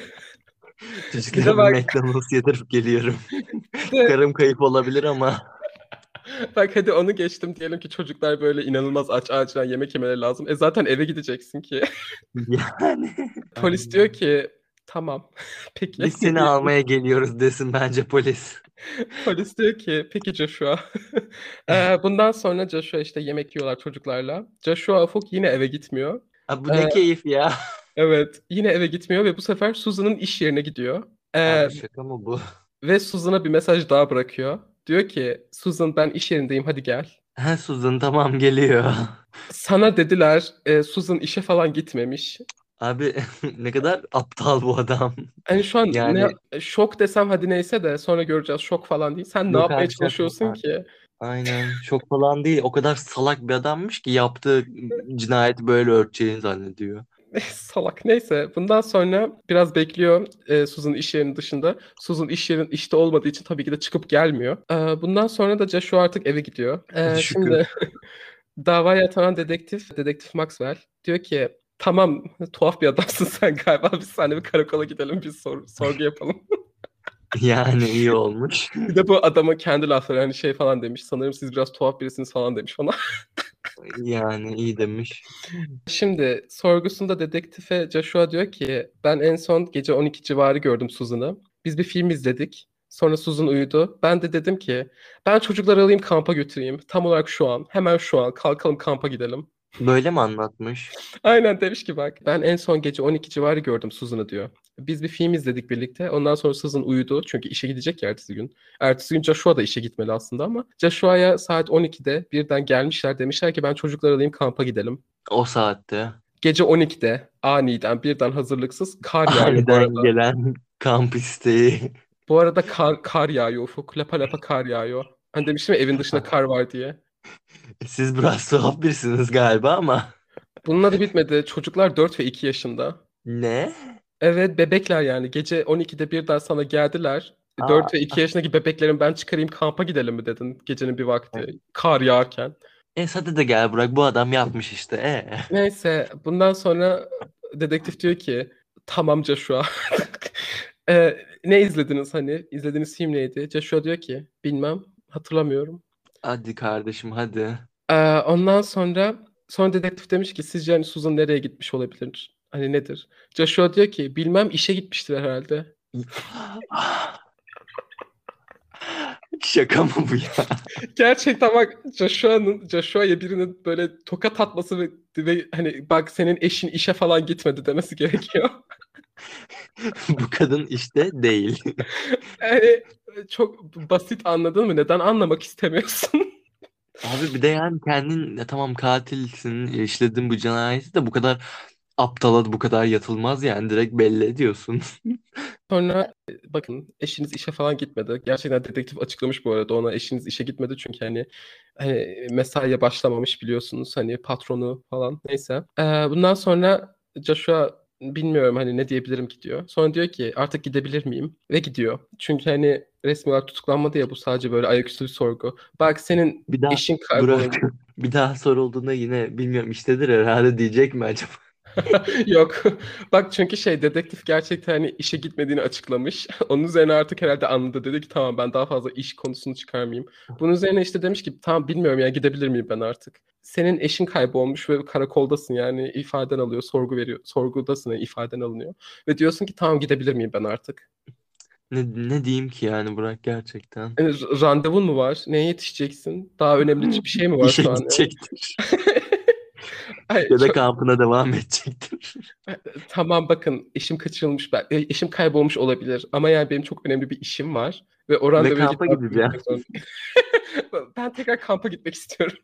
Speaker 2: Bir de
Speaker 1: Çocuklara bir
Speaker 2: bak
Speaker 1: McDonald's yedirip geliyorum.
Speaker 2: bir de
Speaker 1: Karım kayıp olabilir ama.
Speaker 2: bak hadi onu geçtim diyelim ki çocuklar böyle inanılmaz aç acilen yemek yemeleri lazım. E zaten eve gideceksin ki.
Speaker 1: Yani.
Speaker 2: Polis diyor ki tamam. Peki.
Speaker 1: Biz seni almaya geliyoruz desin bence polis.
Speaker 2: Polis diyor ki peki Joshua. Ee, bundan sonra Joshua işte yemek yiyorlar çocuklarla. Joshua Ufuk yine eve gitmiyor.
Speaker 1: Abi, bu
Speaker 2: Ee,
Speaker 1: ne keyif ya.
Speaker 2: evet yine eve gitmiyor ve bu sefer Susan'ın iş yerine gidiyor. Ee,
Speaker 1: Abi, şaka mı bu?
Speaker 2: ve Susan'a bir mesaj daha bırakıyor. Diyor ki Susan ben iş yerindeyim hadi gel.
Speaker 1: Ha, Suzan tamam, geliyor.
Speaker 2: Sana dediler e, Susan işe falan gitmemiş.
Speaker 1: Abi, ne kadar aptal bu adam.
Speaker 2: Hani şu an ne
Speaker 1: Yani
Speaker 2: şok desem hadi neyse de sonra göreceğiz şok falan değil. Sen ne
Speaker 1: yok
Speaker 2: yapmaya
Speaker 1: abi, şaka.
Speaker 2: çalışıyorsun ki?
Speaker 1: Aynen, şok falan değil. O kadar salak bir adammış ki yaptığı cinayeti böyle örteceğini zannediyor.
Speaker 2: Salak. Neyse. Bundan sonra biraz bekliyor e, Susan iş yerinin dışında. Susan iş yerinin işte olmadığı için tabii ki de çıkıp gelmiyor. E, bundan sonra da Joshua artık eve gidiyor. E,
Speaker 1: Şükür.
Speaker 2: şimdi davaya atanan dedektif, dedektif Maxwell diyor ki tamam tuhaf bir adamsın sen galiba biz seninle bir karakola gidelim bir sor- sorgu yapalım.
Speaker 1: Yani iyi olmuş.
Speaker 2: Bir de bu adama kendi lafları hani şey falan demiş. Sanırım siz biraz tuhaf birisiniz falan demiş ona.
Speaker 1: Yani iyi demiş.
Speaker 2: Şimdi sorgusunda dedektife Joshua diyor ki ben en son gece on iki civarı gördüm Susan'ı. Biz bir film izledik. Sonra Susan uyudu. Ben de dedim ki ben çocukları alayım kampa götüreyim. Tam olarak şu an. Hemen şu an. Kalkalım kampa gidelim.
Speaker 1: Böyle mi anlatmış?
Speaker 2: Aynen demiş ki bak ben en son gece on iki civarı gördüm Susan'ı diyor. Biz bir film izledik birlikte. Ondan sonra Susan uyudu. Çünkü işe gidecek ya ertesi gün. Ertesi gün Joshua da işe gitmeli aslında ama Joshua'ya saat on ikide birden gelmişler. Demişler ki ben çocukları alayım kampa gidelim.
Speaker 1: O saatte.
Speaker 2: Gece on ikide aniden birden hazırlıksız kar yağıyor bu
Speaker 1: Aniden
Speaker 2: arada.
Speaker 1: gelen kamp isteği.
Speaker 2: Bu arada kar, kar yağıyor Ufuk. Lapa lapa kar yağıyor. Hani demiştim ya evin dışında kar var diye.
Speaker 1: Siz biraz tuhaf birisiniz galiba ama.
Speaker 2: Bununla da bitmedi. Çocuklar dört ve iki yaşında.
Speaker 1: Ne?
Speaker 2: Evet bebekler yani. Gece on ikide birden sana geldiler. dört
Speaker 1: Aa,
Speaker 2: ve iki yaşındaki bebeklerin ben çıkarayım kampa gidelim mi dedin gecenin bir vakti kar yağarken.
Speaker 1: e hadi de gel Burak, bu adam yapmış işte. E.
Speaker 2: Neyse bundan sonra dedektif diyor ki tamam Joshua. Ee, ne izlediniz hani? İzlediğiniz film neydi? Joshua diyor ki bilmem hatırlamıyorum.
Speaker 1: Hadi kardeşim hadi.
Speaker 2: Ee, ondan sonra sonra dedektif demiş ki sizce hani Susan nereye gitmiş olabilir? Hani nedir? Joshua diyor ki bilmem işe gitmiştir herhalde.
Speaker 1: Şaka mı bu ya?
Speaker 2: Gerçekten bak Joshua'nın Joshua'ya birinin böyle tokat atması ve, ve hani bak senin eşin işe falan gitmedi demesi gerekiyor.
Speaker 1: Bu kadın işte değil.
Speaker 2: Yani çok basit anladın mı? Neden anlamak istemiyorsun?
Speaker 1: Abi bir de yani kendin ya tamam katilsin, işledin bu cinayeti de bu kadar aptala bu kadar yatılmaz yani, direkt belli ediyorsun.
Speaker 2: Sonra e, bakın eşiniz işe falan gitmedi. Gerçekten dedektif açıklamış bu arada ona eşiniz işe gitmedi çünkü hani hani mesaiye başlamamış biliyorsunuz hani patronu falan neyse. Ee, bundan sonra Joshua bilmiyorum hani ne diyebilirim ki diyor. Sonra diyor ki artık gidebilir miyim? Ve gidiyor. Çünkü hani resmi olarak tutuklanmadı ya bu sadece böyle ayaküstü bir sorgu. Bak senin
Speaker 1: Bir daha
Speaker 2: eşin
Speaker 1: bırak,
Speaker 2: kaybolmuş.
Speaker 1: bir daha sorulduğunda yine bilmiyorum iştedir herhalde diyecek mi acaba?
Speaker 2: Yok. Bak çünkü şey dedektif gerçekten hani işe gitmediğini açıklamış. Onun üzerine artık herhalde anladı. Dedi ki tamam ben daha fazla iş konusunu çıkarmayayım. Bunun üzerine işte demiş ki tamam bilmiyorum ya gidebilir miyim ben artık. Senin eşin kaybolmuş ve karakoldasın yani ifaden alıyor, sorgu veriyor. Sorgudasın yani ifaden alınıyor. Ve diyorsun ki tamam gidebilir miyim ben artık.
Speaker 1: Ne, ne diyeyim ki yani Burak gerçekten.
Speaker 2: Yani r- randevun mu var? Neye yetişeceksin? Daha önemli bir şey mi var
Speaker 1: İşe
Speaker 2: şu an?
Speaker 1: gidecektir.
Speaker 2: Ay,
Speaker 1: Ya da
Speaker 2: çok,
Speaker 1: kampına devam edecektir.
Speaker 2: tamam bakın eşim kaçırılmış ben e, eşim kaybolmuş olabilir ama yani benim çok önemli bir işim var ve o
Speaker 1: Ve
Speaker 2: randevuya
Speaker 1: kampa
Speaker 2: gitmem
Speaker 1: gideceğim.
Speaker 2: gitmek zorundayım. Ben tekrar kampa gitmek istiyorum.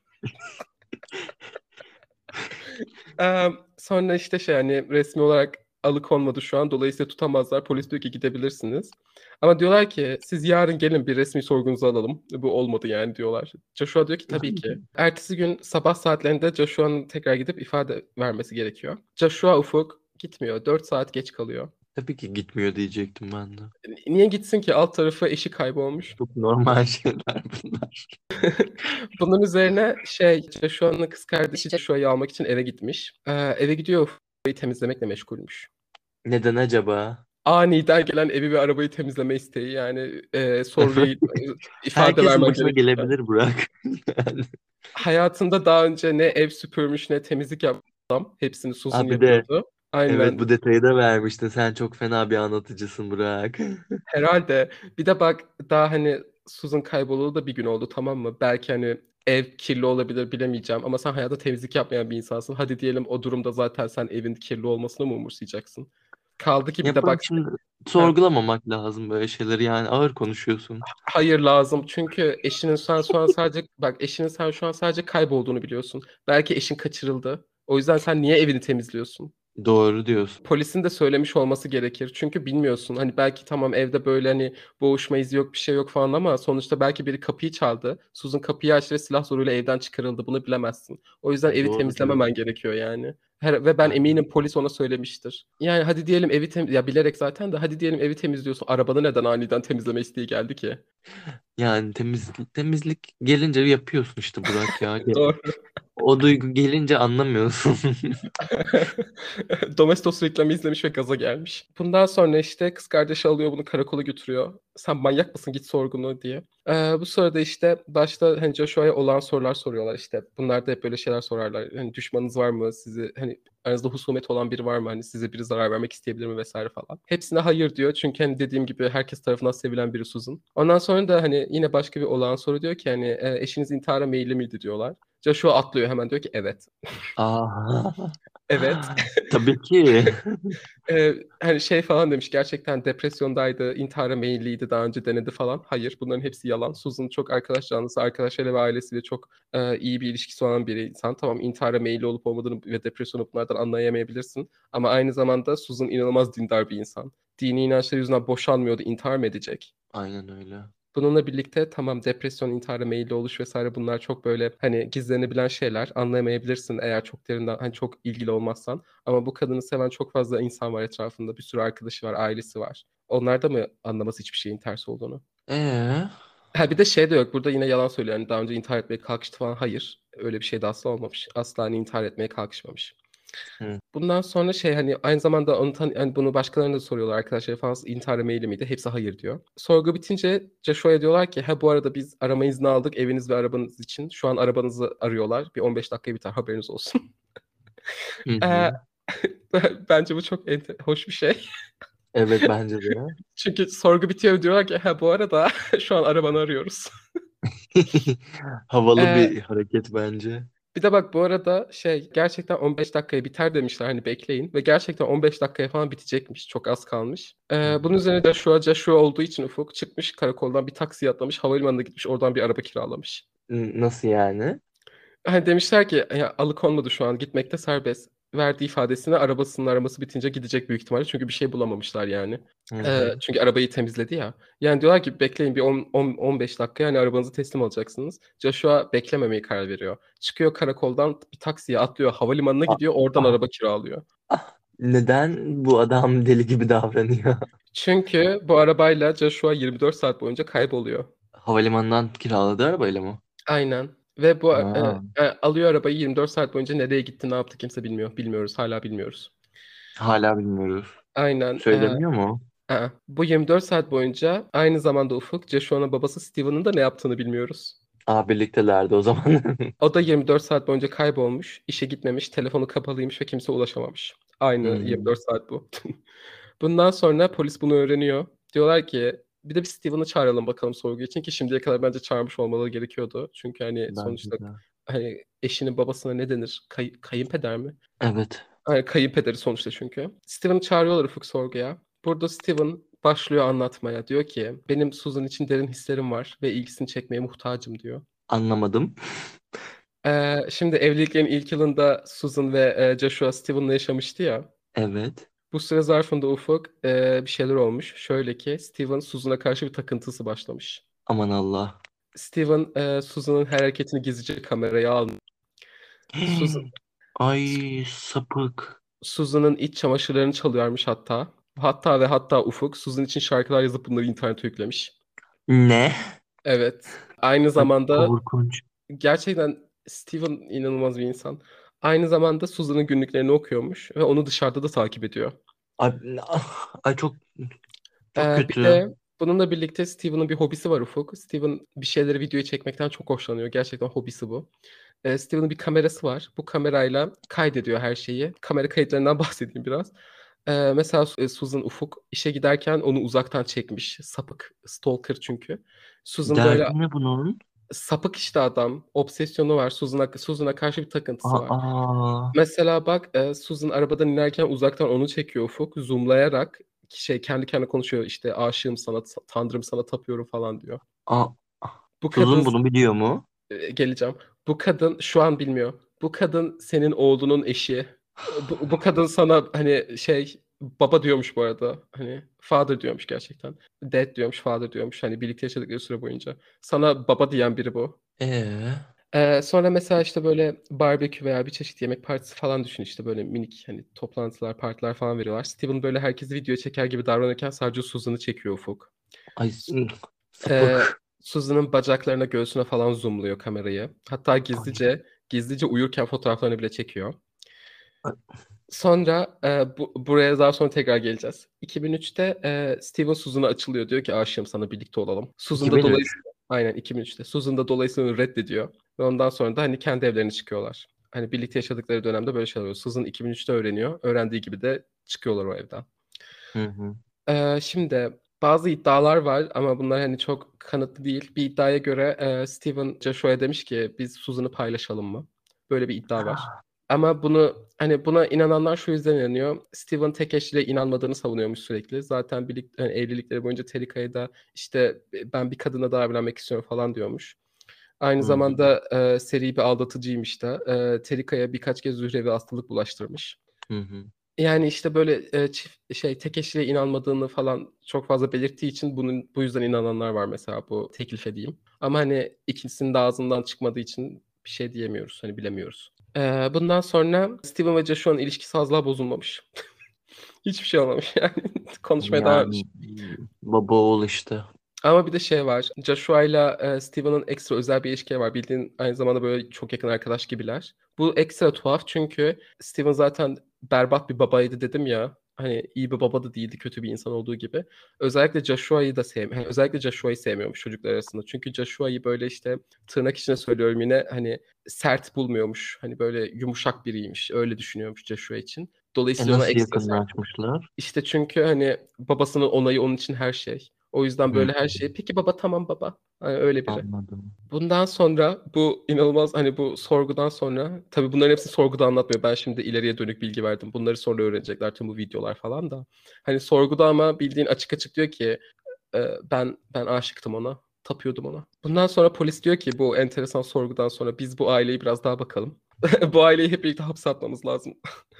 Speaker 2: Ee, sonra işte şey hani resmi olarak alıkonmadı şu an dolayısıyla tutamazlar. Polis diyor ki gidebilirsiniz. Ama diyorlar ki siz yarın gelin bir resmi sorgunuzu alalım. Bu olmadı yani diyorlar. Joshua diyor ki tabii ki. Ertesi gün sabah saatlerinde Joshua'nın tekrar gidip ifade vermesi gerekiyor. Joshua Ufuk gitmiyor. Dört saat geç kalıyor.
Speaker 1: Tabii ki gitmiyor diyecektim ben de.
Speaker 2: Niye gitsin ki? Alt tarafı eşi kaybolmuş.
Speaker 1: Çok normal şeyler bunlar.
Speaker 2: Bunun üzerine şey Joshua'nın kız kardeşi Joshua'yı almak için eve gitmiş. Ee, eve gidiyor Ufuk'u temizlemekle meşgulmüş.
Speaker 1: Neden acaba?
Speaker 2: Aniden gelen evi ve arabayı temizleme isteği yani e, sorguya ifade
Speaker 1: Herkesin
Speaker 2: vermen
Speaker 1: başına
Speaker 2: gerekiyor.
Speaker 1: gelebilir Burak. Yani.
Speaker 2: Hayatında daha önce ne ev süpürmüş ne temizlik yapmış adam. Hepsini Susan
Speaker 1: Abi de
Speaker 2: yapıyordu.
Speaker 1: evet,
Speaker 2: Aynen.
Speaker 1: bu detayı da vermiştin. Sen çok fena bir anlatıcısın Burak.
Speaker 2: Herhalde. Bir de bak daha hani Susan kaybolalı da bir gün oldu tamam mı? Belki hani ev kirli olabilir bilemeyeceğim ama sen hayatta temizlik yapmayan bir insansın. Hadi diyelim o durumda zaten sen evin kirli olmasını mı umursayacaksın? Kaldı ki bir
Speaker 1: Ya
Speaker 2: de
Speaker 1: Burak
Speaker 2: bak
Speaker 1: şimdi
Speaker 2: ha,
Speaker 1: sorgulamamak lazım böyle şeyleri, yani ağır konuşuyorsun.
Speaker 2: hayır lazım çünkü eşinin sen şu an sadece bak eşinin sen şu an sadece kaybolduğunu biliyorsun. Belki eşin kaçırıldı. O yüzden sen niye evini temizliyorsun?
Speaker 1: Doğru diyorsun.
Speaker 2: Polisin de söylemiş olması gerekir. Çünkü bilmiyorsun. Hani belki tamam evde böyle hani boğuşma izi yok bir şey yok falan ama sonuçta belki biri kapıyı çaldı. Susan kapıyı açtı ve silah zoruyla evden çıkarıldı. Bunu bilemezsin. O yüzden evi
Speaker 1: Doğru
Speaker 2: temizlememen
Speaker 1: diyorsun.
Speaker 2: gerekiyor yani. Her, ve ben
Speaker 1: Aynen.
Speaker 2: eminim polis ona söylemiştir. Yani hadi diyelim evi tem ya bilerek zaten de hadi diyelim evi temizliyorsun. Arabanı neden aniden temizleme isteği geldi ki?
Speaker 1: Yani temizlik, temizlik gelince yapıyorsun işte Burak ya. Ge-
Speaker 2: Doğru.
Speaker 1: O duygu gelince anlamıyorsun.
Speaker 2: Domestos reklamı izlemiş ve gaza gelmiş. Bundan sonra işte kız kardeşi alıyor bunu karakola götürüyor. Sen manyak mısın git sorgunu diye. Ee, bu sırada işte başta hani Joshua'ya olan sorular soruyorlar işte. Bunlar da hep böyle şeyler sorarlar. Hani düşmanınız var mı? Sizi hani aranızda husumet olan biri var mı? Hani size biri zarar vermek isteyebilir mi vesaire falan. Hepsine hayır diyor. Çünkü hani dediğim gibi herkes tarafından sevilen biri Susan. Ondan sonra da hani yine başka bir olağan soru diyor ki hani e, eşiniz intihara meyilli miydi diyorlar. Joshua atlıyor hemen diyor ki evet.
Speaker 1: Aa,
Speaker 2: Evet.
Speaker 1: tabii ki.
Speaker 2: Ee, hani şey falan demiş gerçekten depresyondaydı, intihara meyilliydi, daha önce denedi falan. Hayır bunların hepsi yalan. Susan çok arkadaş canlısı, arkadaşlarıyla ve ailesiyle çok e, iyi bir ilişkisi olan bir insan. Tamam intihara meyilli olup olmadığını ve depresyonu bunlardan anlayamayabilirsin. Ama aynı zamanda Susan inanılmaz dindar bir insan. Dini inançları yüzünden boşanmıyordu, intihar mı edecek?
Speaker 1: Aynen öyle.
Speaker 2: Bununla birlikte tamam depresyon, intihara meyilli oluş vesaire bunlar çok böyle hani gizlenebilen şeyler. Anlayamayabilirsin eğer çok derinden hani çok ilgili olmazsan. Ama bu kadını seven çok fazla insan var etrafında. Bir sürü arkadaşı var, ailesi var. Onlar da mı anlamaz hiçbir şeyin ters olduğunu?
Speaker 1: Ee,
Speaker 2: Ha bir de şey de yok. Burada yine yalan söylüyor. Yani daha önce intihar etmeye kalkıştı falan. Hayır. Öyle bir şey de asla olmamış. Asla hani intihar etmeye kalkışmamış.
Speaker 1: hı.
Speaker 2: Bundan sonra şey hani aynı zamanda onu tan hani bunu başkalarına da soruyorlar arkadaşlar falan intihar meyilli miydi? Hepsi hayır diyor. Sorgu bitince Joshua'ya diyorlar ki ha bu arada biz arama izni aldık eviniz ve arabanız için. Şu an arabanızı arıyorlar. Bir on beş dakikaya biter haberiniz olsun.
Speaker 1: Hı
Speaker 2: Eee,
Speaker 1: hı.
Speaker 2: Bence bu çok ente- hoş bir şey.
Speaker 1: Evet, bence de.
Speaker 2: Çünkü sorgu bitiyor diyorlar ki ha bu arada şu an arabanı arıyoruz.
Speaker 1: Havalı
Speaker 2: Eee,
Speaker 1: bir hareket bence.
Speaker 2: Bir de bak bu arada şey gerçekten on beş dakikaya biter demişler hani bekleyin ve gerçekten on beş dakikaya falan bitecekmiş. Çok az kalmış.
Speaker 1: Hı
Speaker 2: Ee, bunun
Speaker 1: hı.
Speaker 2: üzerine Joshua Joshua olduğu için Ufuk çıkmış karakoldan bir taksiye atlamış havalimanına gitmiş oradan bir araba kiralamış.
Speaker 1: N- Nasıl yani?
Speaker 2: Hani demişler ki ya, alıkonmadı şu an gitmekte serbest. Verdiği ifadesine arabasının araması bitince gidecek büyük ihtimalle çünkü bir şey bulamamışlar yani.
Speaker 1: Hı
Speaker 2: Ee,
Speaker 1: hı.
Speaker 2: çünkü arabayı temizledi ya. Yani diyorlar ki bekleyin bir on on beş dakika yani arabanızı teslim alacaksınız. Joshua beklememeyi karar veriyor. Çıkıyor karakoldan bir taksiye atlıyor havalimanına
Speaker 1: Ah,
Speaker 2: gidiyor oradan
Speaker 1: ah,
Speaker 2: araba kiralıyor.
Speaker 1: ah. Neden bu adam deli gibi davranıyor?
Speaker 2: Çünkü bu arabayla Joshua yirmi dört saat boyunca kayboluyor.
Speaker 1: Havalimanından kiraladığı arabayla mı?
Speaker 2: Aynen. Ve bu e,
Speaker 1: Ha,
Speaker 2: e, alıyor arabayı yirmi dört saat boyunca nereye gitti ne yaptı kimse bilmiyor. Bilmiyoruz hala bilmiyoruz.
Speaker 1: hala bilmiyoruz.
Speaker 2: Aynen. e,
Speaker 1: Söylemiyor mu?
Speaker 2: Aa, bu yirmi dört saat boyunca aynı zamanda Ufuk, Joshua'nın babası Steven'ın da ne yaptığını bilmiyoruz.
Speaker 1: Aa, birliktelerdi o zaman.
Speaker 2: O da yirmi dört saat boyunca kaybolmuş, işe gitmemiş, telefonu kapalıymış ve kimse ulaşamamış. Aynı yirmi dört
Speaker 1: Hmm.
Speaker 2: saat bu. Bundan sonra polis bunu öğreniyor. Diyorlar ki bir de bir Steven'ı çağıralım bakalım sorgu için ki şimdiye kadar bence çağırmış olmaları gerekiyordu. Çünkü hani
Speaker 1: Bence
Speaker 2: sonuçta
Speaker 1: de.
Speaker 2: hani eşinin babasına ne denir? Kay- kayınpeder mi?
Speaker 1: Evet.
Speaker 2: Hani kayınpederi sonuçta çünkü. Steven'ı çağırıyorlar Ufuk sorguya. Burada Steven başlıyor anlatmaya. Diyor ki benim Susan için derin hislerim var ve ilgisini çekmeye muhtacım diyor.
Speaker 1: Anlamadım.
Speaker 2: Ee, şimdi evliliklerin ilk yılında Susan ve e, Joshua Steven'la yaşamıştı ya.
Speaker 1: Evet.
Speaker 2: Bu süre zarfında Ufuk e, bir şeyler olmuş. Şöyle ki Steven Susan'a karşı bir takıntısı başlamış.
Speaker 1: Aman Allah.
Speaker 2: Steven e, Susan'ın her hareketini gizlice kameraya almış. Susan,
Speaker 1: Ay, sapık.
Speaker 2: Susan'ın iç çamaşırlarını çalıyormuş hatta. Hatta ve hatta Ufuk Susan için şarkılar yazıp bunları internete yüklemiş.
Speaker 1: Ne?
Speaker 2: Evet. Aynı
Speaker 1: Ay,
Speaker 2: zamanda
Speaker 1: korkunç.
Speaker 2: gerçekten Steven inanılmaz bir insan. Aynı zamanda Susan'ın günlüklerini okuyormuş ve onu dışarıda da takip ediyor.
Speaker 1: Ay, ay çok çok
Speaker 2: Ee, bir
Speaker 1: kötü.
Speaker 2: de bununla birlikte Steven'ın bir hobisi var Ufuk. Steven bir şeyleri videoya çekmekten çok hoşlanıyor. Gerçekten hobisi bu. Ee, Steven'ın bir kamerası var. Bu kamerayla kaydediyor her şeyi. Kamera kayıtlarından bahsedeyim biraz. Ee, mesela e, Susan Ufuk işe giderken onu uzaktan çekmiş. Sapık, stalker çünkü. Susan böyle
Speaker 1: Derdi ne bunun?
Speaker 2: sapık işte adam. Obsesyonu var. Susan'a Susan'a karşı bir takıntısı var.
Speaker 1: Aa,
Speaker 2: Mesela bak e, Susan arabadan inerken uzaktan onu çekiyor Ufuk. Zoomlayarak şey kendi kendine konuşuyor işte aşığım sana, t- tanrım sana tapıyorum falan diyor.
Speaker 1: aa.
Speaker 2: Bu kadın
Speaker 1: Tuzun bunu biliyor mu?
Speaker 2: e, geleceğim. Bu kadın şu an bilmiyor. Bu kadın senin oğlunun eşi. Bu, bu kadın sana hani şey baba diyormuş bu arada. Hani father diyormuş gerçekten. Dad diyormuş, father diyormuş. Hani birlikte yaşadıkları süre boyunca. Sana baba diyen biri bu.
Speaker 1: Ee,
Speaker 2: Ee, sonra mesela işte böyle barbekü veya bir çeşit yemek partisi falan düşün işte böyle minik hani toplantılar, partiler falan veriyorlar. Steven böyle herkesi video çeker gibi davranırken sadece Susan'ı çekiyor Ufuk.
Speaker 1: ay, s-
Speaker 2: Ee,
Speaker 1: sapık.
Speaker 2: Susan'ın bacaklarına, göğsüne falan zoomluyor kamerayı. Hatta
Speaker 1: Ay,
Speaker 2: gizlice gizlice uyurken fotoğraflarını bile çekiyor.
Speaker 1: ay.
Speaker 2: Sonra e, bu, buraya daha sonra tekrar geleceğiz. iki bin üçte e, Steven Susan'a açılıyor. Diyor ki aşığım sana birlikte olalım. Susan da
Speaker 1: iki bin üç.
Speaker 2: dolayısıyla aynen iki bin üçte. Susan da dolayısıyla onu reddediyor. Ve ondan sonra da hani kendi evlerine çıkıyorlar. Hani birlikte yaşadıkları dönemde böyle şeyler oluyor. Susan iki bin üçte öğreniyor. Öğrendiği gibi de çıkıyorlar o evden.
Speaker 1: Hı hı.
Speaker 2: E, şimdi bazı iddialar var ama bunlar hani çok kanıtlı değil. Bir iddiaya göre e, Steven Joshua'ya demiş ki biz Susan'ı paylaşalım mı? Böyle bir iddia var. Ama bunu hani buna inananlar şu yüzden inanıyor. Steven tek eşliliğe inanmadığını savunuyormuş sürekli. Zaten birlikte hani evlilikleri boyunca Terika'ya da işte ben bir kadına daha evlenmek istiyorum falan diyormuş. Aynı
Speaker 1: Hı hı.
Speaker 2: zamanda e, seri bir aldatıcıymış da. E, Terika'ya birkaç kez zührevi hastalık bulaştırmış.
Speaker 1: Hı hı.
Speaker 2: Yani işte böyle e, çift şey tek eşliğe inanmadığını falan çok fazla belirttiği için bunun bu yüzden inananlar var mesela bu teklife diyeyim. Ama hani ikisinin de ağzından çıkmadığı için bir şey diyemiyoruz. Hani bilemiyoruz. Ee, bundan sonra Steven ve Joshua'nın ilişkisi asla bozulmamış. Hiçbir şey olmamış yani. Konuşmaya devam etmiş.
Speaker 1: Yani baba oğul işte.
Speaker 2: Ama bir de şey var. Joshua ile e, Steven'ın ekstra özel bir ilişkileri var. Bildiğin aynı zamanda böyle çok yakın arkadaş gibiler. Bu ekstra tuhaf çünkü Steven zaten berbat bir babaydı dedim ya. Hani iyi bir baba da değildi, kötü bir insan olduğu gibi. Özellikle Joshua'yı da sevmiyor. Yani özellikle Joshua'yı sevmiyormuş çocuklar arasında. Çünkü Joshua'yı böyle işte tırnak içine söylüyorum yine hani sert bulmuyormuş. Hani böyle yumuşak biriymiş. Öyle düşünüyormuş Joshua için.
Speaker 1: E
Speaker 2: Dolayısıyla ona
Speaker 1: nasıl
Speaker 2: ekstra sert.
Speaker 1: yakınlaşmışlar?
Speaker 2: İşte çünkü hani babasının onayı onun için her şey. O yüzden
Speaker 1: Hı,
Speaker 2: böyle her şeyi peki baba tamam baba. Hani öyle biri.
Speaker 1: anladım.
Speaker 2: Bundan sonra bu inanılmaz hani bu sorgudan sonra tabii bunların hepsini sorguda anlatmıyor. Ben şimdi ileriye dönük bilgi verdim. Bunları sonra öğrenecekler tüm bu videolar falan da. Hani sorguda ama bildiğin açık açık diyor ki e, ben ben aşıktım ona. Tapıyordum ona. Bundan sonra polis diyor ki bu enteresan sorgudan sonra biz bu aileyi biraz daha bakalım. Bu aileyi hep birlikte hapse atmamız lazım.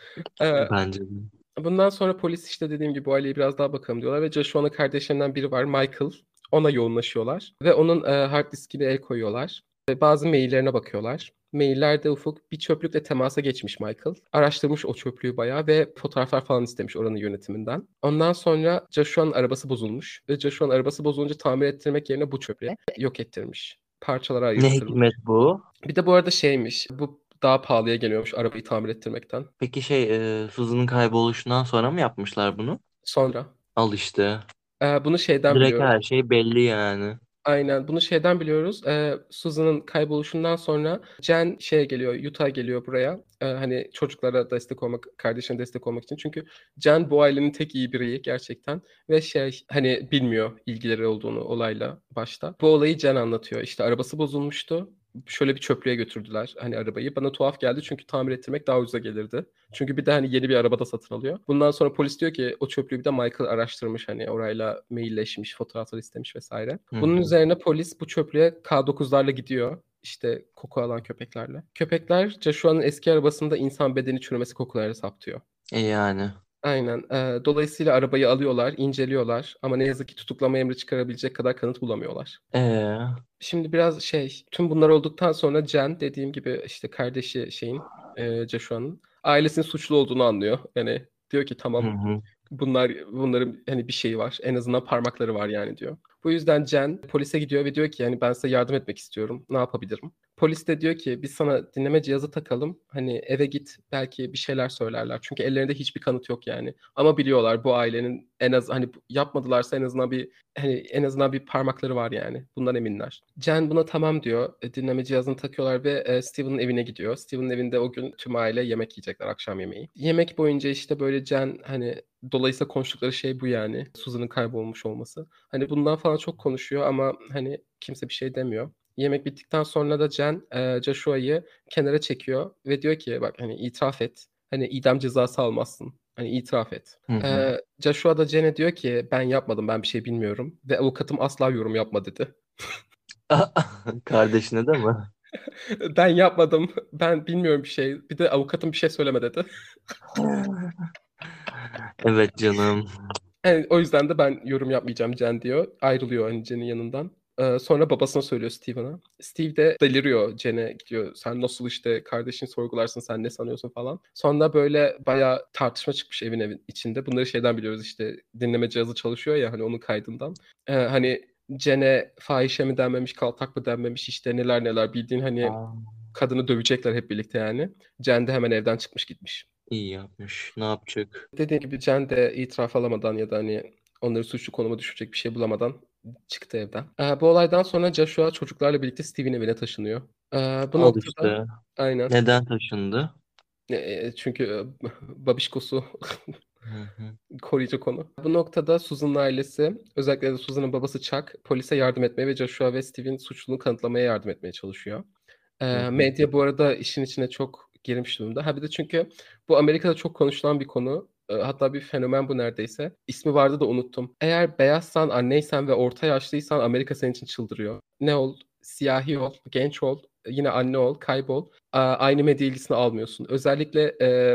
Speaker 2: E,
Speaker 1: Bence de.
Speaker 2: Bundan sonra polis işte dediğim gibi bu aileye biraz daha bakalım diyorlar ve Joshua'nın kardeşlerinden biri var Michael. Ona yoğunlaşıyorlar ve onun e, hard diskine el koyuyorlar. Ve bazı maillerine bakıyorlar. Maillerde Ufuk bir çöplükle temasa geçmiş Michael. Araştırmış o çöplüğü bayağı ve fotoğraflar falan istemiş oranın yönetiminden. Ondan sonra Joshua'nın arabası bozulmuş. Ve Joshua'nın arabası bozulunca tamir ettirmek yerine bu çöplüğü yok ettirmiş. Parçalara
Speaker 1: Ne
Speaker 2: ayırttırmış.
Speaker 1: hikmet bu?
Speaker 2: Bir de bu arada şeymiş. Bu daha pahalıya geliyormuş arabayı tamir ettirmekten.
Speaker 1: Peki şey e, Suzu'nun kayboluşundan sonra mı yapmışlar bunu?
Speaker 2: Sonra.
Speaker 1: Al işte.
Speaker 2: Ee, bunu şeyden
Speaker 1: Direkt
Speaker 2: biliyoruz.
Speaker 1: her şey belli yani.
Speaker 2: Aynen. Bunu şeyden biliyoruz. Ee, Susan'ın kayboluşundan sonra Jen şeye geliyor, Utah geliyor buraya. Ee, hani çocuklara destek olmak, kardeşine destek olmak için. Çünkü Jen bu ailenin tek iyi bireyi gerçekten. Ve şey hani bilmiyor ilgileri olduğunu olayla başta. Bu olayı Jen anlatıyor. İşte arabası bozulmuştu. Şöyle bir çöplüğe götürdüler hani arabayı. Bana tuhaf geldi çünkü tamir ettirmek daha ucuza gelirdi. Çünkü bir de hani yeni bir arabada satın alıyor. Bundan sonra polis diyor ki o çöplüğü bir de Michael araştırmış hani orayla mailleşmiş, fotoğraflar istemiş vesaire.
Speaker 1: Hı
Speaker 2: Bunun
Speaker 1: hı.
Speaker 2: üzerine polis bu çöplüğe K dokuzlarla gidiyor. İşte koku alan köpeklerle. Köpekler Joshua'nın eski arabasında insan bedeni çürümesi kokuları saptıyor.
Speaker 1: E yani.
Speaker 2: Aynen. Ee, dolayısıyla arabayı alıyorlar, inceliyorlar ama ne yazık ki tutuklama emri çıkarabilecek kadar kanıt bulamıyorlar.
Speaker 1: E
Speaker 2: Şimdi biraz şey, tüm bunlar olduktan sonra Jen dediğim gibi işte kardeşi şeyin, e, Joshua'nın ailesinin suçlu olduğunu anlıyor. Yani diyor ki
Speaker 1: hı
Speaker 2: tamam
Speaker 1: hı.
Speaker 2: bunlar bunların hani bir şeyi var. En azından parmakları var yani diyor. Bu yüzden Jen polise gidiyor ve diyor ki yani ben size yardım etmek istiyorum. Ne yapabilirim? Polis de diyor ki biz sana dinleme cihazı takalım. Hani eve git belki bir şeyler söylerler. Çünkü ellerinde hiçbir kanıt yok yani. Ama biliyorlar bu ailenin en az hani yapmadılarsa en azından bir hani en azından bir parmakları var yani. Bundan eminler. Jen buna tamam diyor. E, dinleme cihazını takıyorlar ve e, Steven'ın evine gidiyor. Steven'ın evinde o gün tüm aile yemek yiyecekler akşam yemeği. Yemek boyunca işte böyle Jen hani dolayısıyla konuştukları şey bu yani. Susan'ın kaybolmuş olması. Hani bundan falan çok konuşuyor ama hani kimse bir şey demiyor. Yemek bittikten sonra da Jen e, Joshua'yı kenara çekiyor ve diyor ki bak hani itiraf et. Hani idam cezası almazsın. Hani itiraf et.
Speaker 1: Hı hı.
Speaker 2: Ee, Joshua da Jen'e diyor ki ben yapmadım ben bir şey bilmiyorum ve avukatım asla yorum yapma dedi.
Speaker 1: Kardeşine de mi?
Speaker 2: Ben yapmadım ben bilmiyorum bir şey bir de avukatım bir şey söyleme dedi.
Speaker 1: Evet canım.
Speaker 2: Yani o yüzden de ben yorum yapmayacağım Jen diyor. Ayrılıyor hani Jen'in yanından. Ee, sonra babasına söylüyor Steven'a. Steve de deliriyor Jen'e gidiyor. Sen nasıl işte kardeşini sorgularsın sen ne sanıyorsun falan. Sonra böyle bayağı tartışma çıkmış evin evin içinde. Bunları şeyden biliyoruz işte dinleme cihazı çalışıyor ya hani onun kaydından. Ee, hani Jen'e fahişe mi denmemiş, kaltak mı denmemiş işte neler neler bildiğin hani
Speaker 1: Aa,
Speaker 2: kadını dövecekler hep birlikte yani. Jen de hemen evden çıkmış gitmiş.
Speaker 1: iyi yapmış. Ne yapacak?
Speaker 2: Dediğim gibi Can de itiraf alamadan ya da hani onları suçlu konuma düşürecek bir şey bulamadan çıktı evden. Ee, bu olaydan sonra Joshua çocuklarla birlikte Steve'in evine taşınıyor. Ee, bu
Speaker 1: Al
Speaker 2: noktada
Speaker 1: işte.
Speaker 2: aynen.
Speaker 1: Neden taşındı?
Speaker 2: Ee, çünkü e, babişkosu
Speaker 1: Hı hı.
Speaker 2: koruyacak onu. Bu noktada Susan'ın ailesi, özellikle de Susan'ın babası Chuck, polise yardım etmeye ve Joshua ve Steve'in suçluluğunu kanıtlamaya yardım etmeye çalışıyor.
Speaker 1: Hı
Speaker 2: Ee,
Speaker 1: hı.
Speaker 2: medya bu arada işin içine çok girmiş durumda. Ha bir de çünkü bu Amerika'da çok konuşulan bir konu. Ee, hatta bir fenomen bu neredeyse. İsmi vardı da unuttum. Eğer beyazsan, anneysen ve orta yaşlıysan Amerika senin için çıldırıyor. Ne ol? Siyahi ol, genç ol, yine anne ol, kaybol. Aa, aynı medya ilgisini almıyorsun. Özellikle e,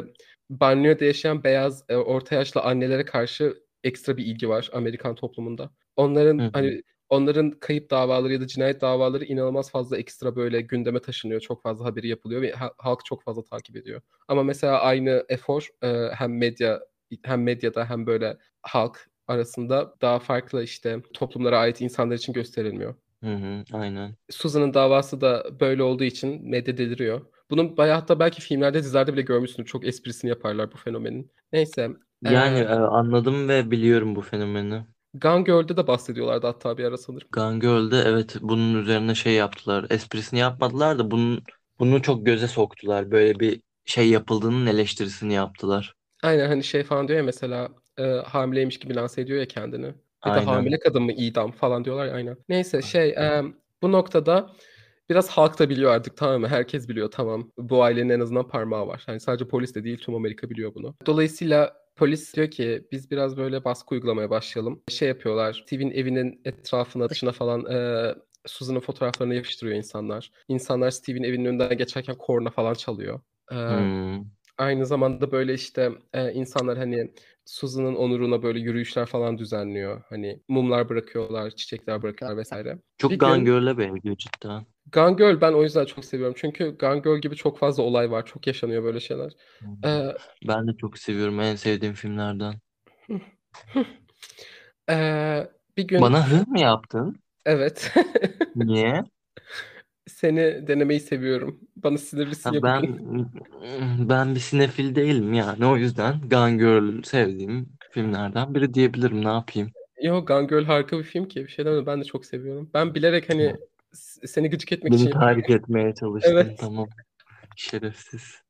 Speaker 2: banliyöde yaşayan beyaz e, orta yaşlı annelere karşı ekstra bir ilgi var Amerikan toplumunda.
Speaker 1: Hı
Speaker 2: Onların
Speaker 1: hı.
Speaker 2: hani onların kayıp davaları ya da cinayet davaları inanılmaz fazla ekstra böyle gündeme taşınıyor. Çok fazla haberi yapılıyor ve ha- halk çok fazla takip ediyor. Ama mesela aynı efor e, hem medya hem medyada hem böyle halk arasında daha farklı işte toplumlara ait insanlar için gösterilmiyor.
Speaker 1: Hı hı. Aynen.
Speaker 2: Susan'ın davası da böyle olduğu için medya deliriyor. Bunun bayağı hatta belki filmlerde, dizilerde bile görmüşsündür. Çok esprisini yaparlar bu fenomenin. Neyse.
Speaker 1: Yani
Speaker 2: E,
Speaker 1: e, anladım ve biliyorum bu fenomeni.
Speaker 2: Gone Girl'de de bahsediyorlardı hatta bir ara sanırım.
Speaker 1: Gone Girl'de evet bunun üzerine şey yaptılar. Esprisini yapmadılar da bunun bunu çok göze soktular. Böyle bir şey yapıldığının eleştirisini yaptılar.
Speaker 2: Aynen hani şey falan diyor ya mesela e, hamileymiş gibi lanse ediyor ya kendini. Ya da
Speaker 1: Aynen.
Speaker 2: hamile kadın mı idam falan diyorlar ya aynen. Neyse şey e, bu noktada biraz halk da biliyor artık, tamam mı? Herkes biliyor, tamam. Bu ailenin en azından parmağı var. Hani sadece polis de değil, tüm Amerika biliyor bunu. Dolayısıyla polis diyor ki biz biraz böyle baskı uygulamaya başlayalım. Şey yapıyorlar. Steve'in evinin etrafına, dışına falan e, Susan'ın fotoğraflarını yapıştırıyor insanlar. İnsanlar Steve'in evinin önünden geçerken korna falan çalıyor. E,
Speaker 1: Hmm.
Speaker 2: Aynı zamanda böyle işte e, insanlar hani Susan'ın onuruna böyle yürüyüşler falan düzenliyor. Hani mumlar bırakıyorlar, çiçekler bırakıyorlar vesaire. Bir
Speaker 1: Çok Gone
Speaker 2: gün
Speaker 1: Girl'e benziyor cidden.
Speaker 2: Gone Girl ben o yüzden çok seviyorum. Çünkü Gone Girl gibi çok fazla olay var. Çok yaşanıyor böyle şeyler.
Speaker 1: Hmm.
Speaker 2: Ee,
Speaker 1: Ben de çok seviyorum. En sevdiğim filmlerden.
Speaker 2: ee, Bir gün
Speaker 1: Bana hı mı yaptın?
Speaker 2: evet
Speaker 1: Niye?
Speaker 2: seni denemeyi seviyorum. Bana sinirlisin
Speaker 1: Ha,
Speaker 2: ya
Speaker 1: ben
Speaker 2: bugün.
Speaker 1: ben bir sinefil değilim yani. O yüzden Gone Girl sevdiğim filmlerden biri diyebilirim. Ne yapayım?
Speaker 2: Yo, Gone Girl harika bir film ki. Bir şey demedim. Ben de çok seviyorum. Ben bilerek hani s- seni gıcık etmek için
Speaker 1: Beni
Speaker 2: yapıyorum.
Speaker 1: tahrik etmeye çalıştın.
Speaker 2: Evet.
Speaker 1: Tamam. Şerefsiz.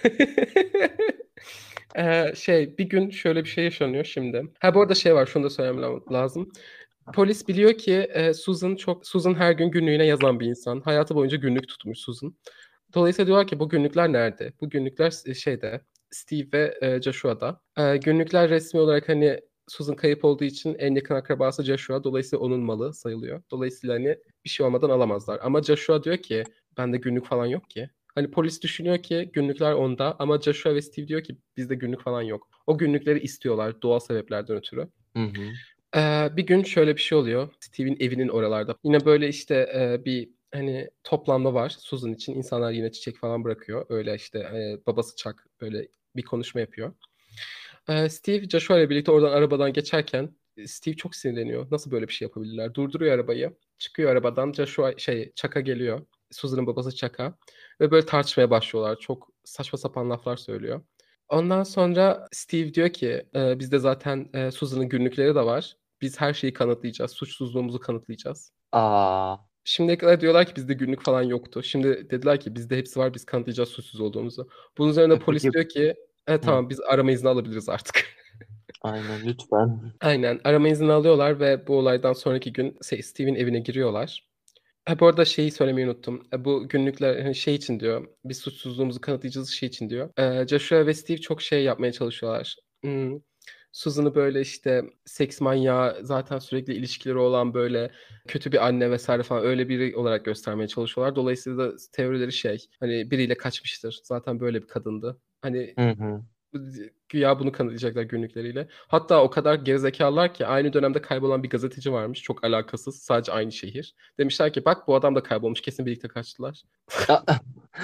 Speaker 2: Ee, şey bir gün şöyle bir şey yaşanıyor şimdi. Ha bu arada şey var, şunu da söylemem la- lazım. Polis biliyor ki e, Susan çok Susan her gün günlüğüne yazan bir insan. Hayatı boyunca günlük tutmuş Susan. Dolayısıyla diyorlar ki bu günlükler nerede? Bu günlükler e, şeyde Steve ve e, Joshua'da. E, günlükler resmi olarak hani Susan kayıp olduğu için en yakın akrabası Joshua. Dolayısıyla onun malı sayılıyor. Dolayısıyla hani bir şey olmadan alamazlar. Ama Joshua diyor ki bende günlük falan yok ki. Hani polis düşünüyor ki günlükler onda ama Joshua ve Steve diyor ki bizde günlük falan yok. O günlükleri istiyorlar doğal sebeplerden ötürü.
Speaker 1: Hı hı.
Speaker 2: Ee, bir gün şöyle bir şey oluyor. Steve'in evinin oralarda. Yine böyle işte e, bir hani toplanma var Susan için. İnsanlar yine çiçek falan bırakıyor. Öyle işte e, babası Chuck böyle bir konuşma yapıyor. Ee, Steve Joshua ile birlikte oradan arabadan geçerken e, Steve çok sinirleniyor. Nasıl böyle bir şey yapabilirler? Durduruyor arabayı. Çıkıyor arabadan. Joshua şey Chuck'a geliyor. Susan'ın babası Chuck'a. Ve böyle tartışmaya başlıyorlar. Çok saçma sapan laflar söylüyor. Ondan sonra Steve diyor ki e, bizde zaten e, Susan'ın günlükleri de var. Biz her şeyi kanıtlayacağız. Suçsuzluğumuzu kanıtlayacağız.
Speaker 1: Aa.
Speaker 2: Şimdiye kadar diyorlar ki bizde günlük falan yoktu. Şimdi dediler ki bizde hepsi var, biz kanıtlayacağız suçsuz olduğumuzu. Bunun üzerine
Speaker 1: E
Speaker 2: polis
Speaker 1: peki.
Speaker 2: diyor ki e,
Speaker 1: Hı.
Speaker 2: tamam biz arama izni alabiliriz artık.
Speaker 1: Aynen lütfen.
Speaker 2: Aynen arama izni alıyorlar ve bu olaydan sonraki gün şey, Steve'in evine giriyorlar. Ha, bu arada şeyi söylemeyi unuttum. E, Bu günlükler hani şey için diyor. Biz suçsuzluğumuzu kanıtlayacağız şey için diyor. E, Joshua ve Steve çok şey yapmaya çalışıyorlar. Hmm. Susan'ı böyle işte seks manyağı, zaten sürekli ilişkileri olan böyle kötü bir anne vesaire falan öyle biri olarak göstermeye çalışıyorlar. Dolayısıyla da teorileri şey hani biriyle kaçmıştır. Zaten böyle bir kadındı. Hani
Speaker 1: Hı hı.
Speaker 2: güya bunu kanıtlayacaklar günlükleriyle. Hatta o kadar gerizekalılar ki aynı dönemde kaybolan bir gazeteci varmış. Çok alakasız. Sadece aynı şehir. Demişler ki bak bu adam da kaybolmuş. Kesin birlikte kaçtılar.
Speaker 1: Aa,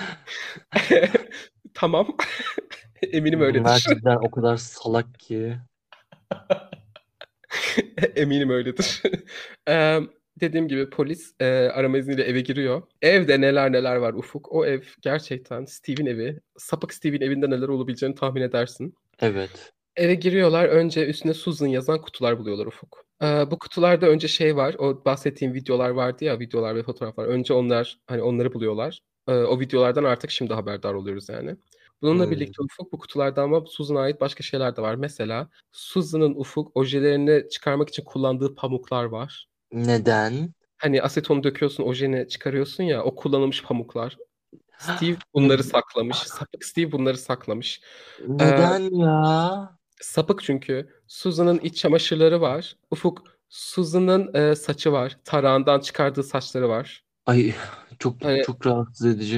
Speaker 2: Tamam. Eminim
Speaker 1: bunlar
Speaker 2: öyledir.
Speaker 1: cidden o kadar salak ki.
Speaker 2: Eminim öyledir. Eee, dediğim gibi polis eee, arama izniyle eve giriyor. Evde neler neler var Ufuk. O ev gerçekten Steve'in evi. Sapık Steve'in evinde neler olabileceğini tahmin edersin.
Speaker 1: Evet.
Speaker 2: Eve giriyorlar. Önce üstüne Susan yazan kutular buluyorlar Ufuk. Ee, bu kutularda önce şey var. O bahsettiğim videolar vardı ya, videolar ve fotoğraflar. Önce onlar hani onları buluyorlar. Ee, o videolardan artık şimdi haberdar oluyoruz yani. Bununla
Speaker 1: Hı.
Speaker 2: birlikte Ufuk bu kutularda ama Susan'a ait başka şeyler de var. Mesela Susan'ın Ufuk ojelerini çıkarmak için kullandığı pamuklar var.
Speaker 1: Neden?
Speaker 2: Hani aseton döküyorsun, ojeni çıkarıyorsun ya, o kullanılmış pamuklar. Steve bunları
Speaker 1: Ne-
Speaker 2: saklamış. Sapık Steve bunları saklamış. Ee,
Speaker 1: Neden ya?
Speaker 2: Sapık çünkü. Susan'ın iç çamaşırları var. Ufuk, Susan'ın e, saçı var. Tarağından çıkardığı saçları var.
Speaker 1: Ay çok
Speaker 2: Hani
Speaker 1: çok rahatsız edici.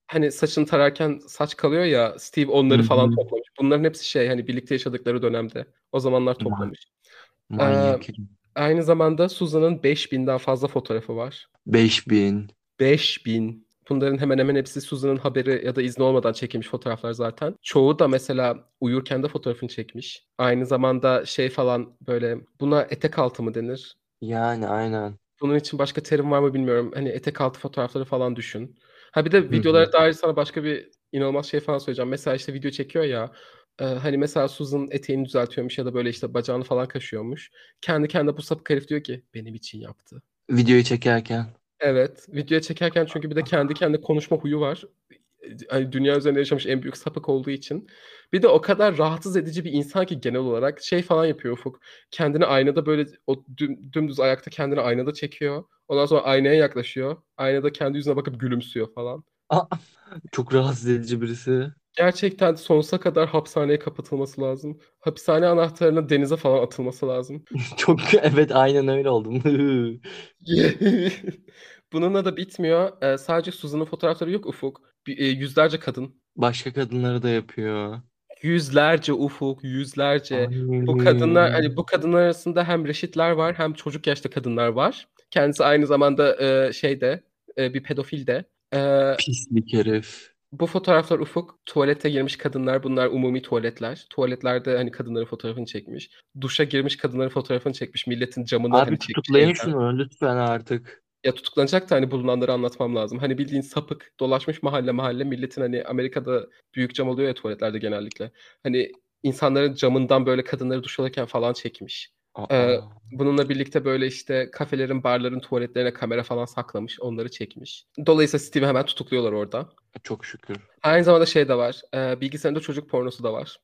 Speaker 2: Hani saçını tararken saç kalıyor ya, Steve
Speaker 1: Hı
Speaker 2: onları falan
Speaker 1: hı.
Speaker 2: toplamış. Bunların hepsi şey hani birlikte yaşadıkları dönemde. O zamanlar
Speaker 1: Ma-
Speaker 2: toplamış. Ee,
Speaker 1: manyak herif.
Speaker 2: Aynı zamanda Susan'ın beş binden fazla fotoğrafı var.
Speaker 1: beş bin.
Speaker 2: beş bin. Bunların hemen hemen hepsi Susan'ın haberi ya da izni olmadan çekilmiş fotoğraflar zaten. Çoğu da mesela uyurken de fotoğrafını çekmiş. Aynı zamanda şey falan böyle buna etek altı mı denir?
Speaker 1: Yani aynen.
Speaker 2: Bunun için başka terim var mı bilmiyorum. Hani etek altı fotoğrafları falan düşün. Ha bir de
Speaker 1: Hı hı.
Speaker 2: videolara dair sana başka bir inanılmaz şey falan söyleyeceğim. Mesela işte video çekiyor ya. e, hani mesela Susan eteğini düzeltiyormuş ya da böyle işte bacağını falan kaşıyormuş. Kendi kendine bu sapık herif diyor ki benim için yaptı.
Speaker 1: Videoyu çekerken.
Speaker 2: Evet, videoya çekerken çünkü bir de kendi kendine konuşma huyu var. Hani dünya üzerinde yaşamış en büyük sapık olduğu için. Bir de o kadar rahatsız edici bir insan ki genel olarak şey falan yapıyor Ufuk. Kendini aynada böyle o düm- dümdüz ayakta kendini aynada çekiyor. Ondan sonra aynaya yaklaşıyor. Aynada kendi yüzüne bakıp gülümsüyor falan.
Speaker 1: Aa, çok rahatsız edici birisi.
Speaker 2: Gerçekten sonsuza kadar hapishaneye kapatılması lazım. Hapishane anahtarının denize falan atılması lazım.
Speaker 1: Çok evet, aynen öyle oldum.
Speaker 2: Bununla da bitmiyor. Ee, sadece Susan'ın fotoğrafları yok Ufuk. Bir- e, yüzlerce kadın.
Speaker 1: Başka kadınları da yapıyor.
Speaker 2: Yüzlerce Ufuk, yüzlerce. Bu
Speaker 1: Ay,
Speaker 2: kadınlar hani bu kadınlar arasında hem reşitler var hem çocuk yaşta kadınlar var. Kendisi aynı zamanda e, şeyde e, bir pedofil de. E,
Speaker 1: pislik herif.
Speaker 2: Bu fotoğraflar Ufuk tuvalete girmiş kadınlar. Bunlar umumi tuvaletler. Tuvaletlerde hani kadınların fotoğrafını çekmiş. Duşa girmiş kadınların fotoğrafını çekmiş. Milletin camını
Speaker 1: Abi
Speaker 2: hani çekmiş
Speaker 1: tutuklayın
Speaker 2: evden.
Speaker 1: şunu lütfen artık.
Speaker 2: Ya tutuklanacak da hani bulunanları anlatmam lazım. Hani bildiğin sapık dolaşmış mahalle mahalle milletin hani Amerika'da büyük cam oluyor ya tuvaletlerde genellikle. Hani insanların camından böyle kadınları duş alırken falan çekmiş. Ee,
Speaker 1: Aa,
Speaker 2: Bununla birlikte böyle işte kafelerin, barların tuvaletlerine kamera falan saklamış. Onları çekmiş. Dolayısıyla Steve'i hemen tutukluyorlar orada.
Speaker 1: çok şükür.
Speaker 2: Aynı zamanda şey de var. E, bilgisayarında çocuk pornosu da var.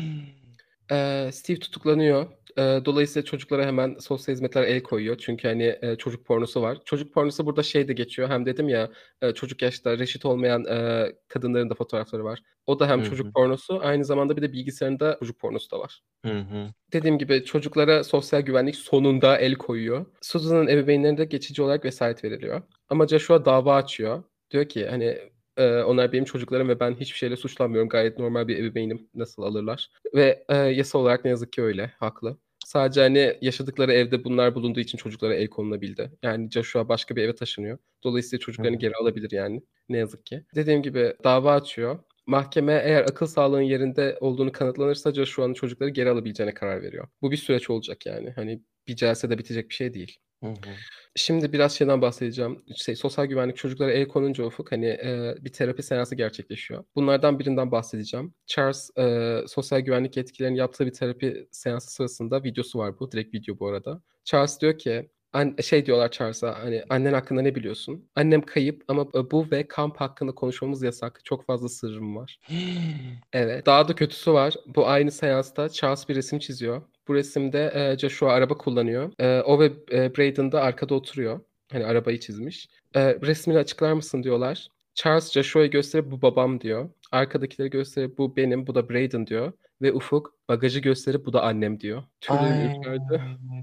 Speaker 2: Ee, Steve tutuklanıyor. Ee, dolayısıyla çocuklara hemen sosyal hizmetler el koyuyor. Çünkü hani e, çocuk pornosu var. Çocuk pornosu burada şey de geçiyor. Hem dedim ya e, çocuk yaşta reşit olmayan e, kadınların da fotoğrafları var. O da hem
Speaker 1: Hı
Speaker 2: çocuk
Speaker 1: hı,
Speaker 2: pornosu aynı zamanda bir de bilgisayarında çocuk pornosu da var.
Speaker 1: hı hı.
Speaker 2: Dediğim gibi çocuklara sosyal güvenlik sonunda el koyuyor. Susan'ın ebeveynlerine de geçici olarak vesayet veriliyor. Ama Joshua dava açıyor. Diyor ki hani e, onlar benim çocuklarım ve ben hiçbir şeyle suçlanmıyorum. Gayet normal bir ebeveynim. Nasıl alırlar? Ve e, yasa olarak ne yazık ki öyle. Haklı. Sadece hani yaşadıkları evde bunlar bulunduğu için çocuklara el konulabildi. Yani Joshua başka bir eve taşınıyor. Dolayısıyla
Speaker 1: Hı
Speaker 2: çocuklarını
Speaker 1: hı.
Speaker 2: geri alabilir yani. Ne yazık ki. Dediğim gibi dava açıyor. Mahkeme eğer akıl sağlığının yerinde olduğunu kanıtlanırsa Joshua'nın çocukları geri alabileceğine karar veriyor. Bu bir süreç olacak yani. Hani bir celsede bitecek bir şey değil.
Speaker 1: Hı hı.
Speaker 2: Şimdi biraz şeyden bahsedeceğim. Şey, sosyal güvenlik çocuklara el konunca Ufuk hani e, bir terapi seansı gerçekleşiyor. Bunlardan birinden bahsedeceğim. Charles e, sosyal güvenlik yetkililerinin yaptığı bir terapi seansı sırasında videosu var bu. Direkt video bu arada. Charles diyor ki an- şey diyorlar Charles'a hani annen hakkında ne biliyorsun? Annem kayıp ama bu ve kamp hakkında konuşmamız yasak. Çok fazla sırrım var. Evet. Daha da kötüsü var. Bu aynı seansta Charles bir resim çiziyor. Bu resimde e, Joshua araba kullanıyor. E, o ve e, Brayden da arkada oturuyor. Hani arabayı çizmiş. E, resmini açıklar mısın diyorlar. Charles Joshua'yı gösterip bu babam diyor. Arkadakileri gösterip bu benim, bu da Brayden diyor. Ve Ufuk bagajı gösterip bu da annem diyor. Tüylerim
Speaker 1: Ay,
Speaker 2: ürperdi.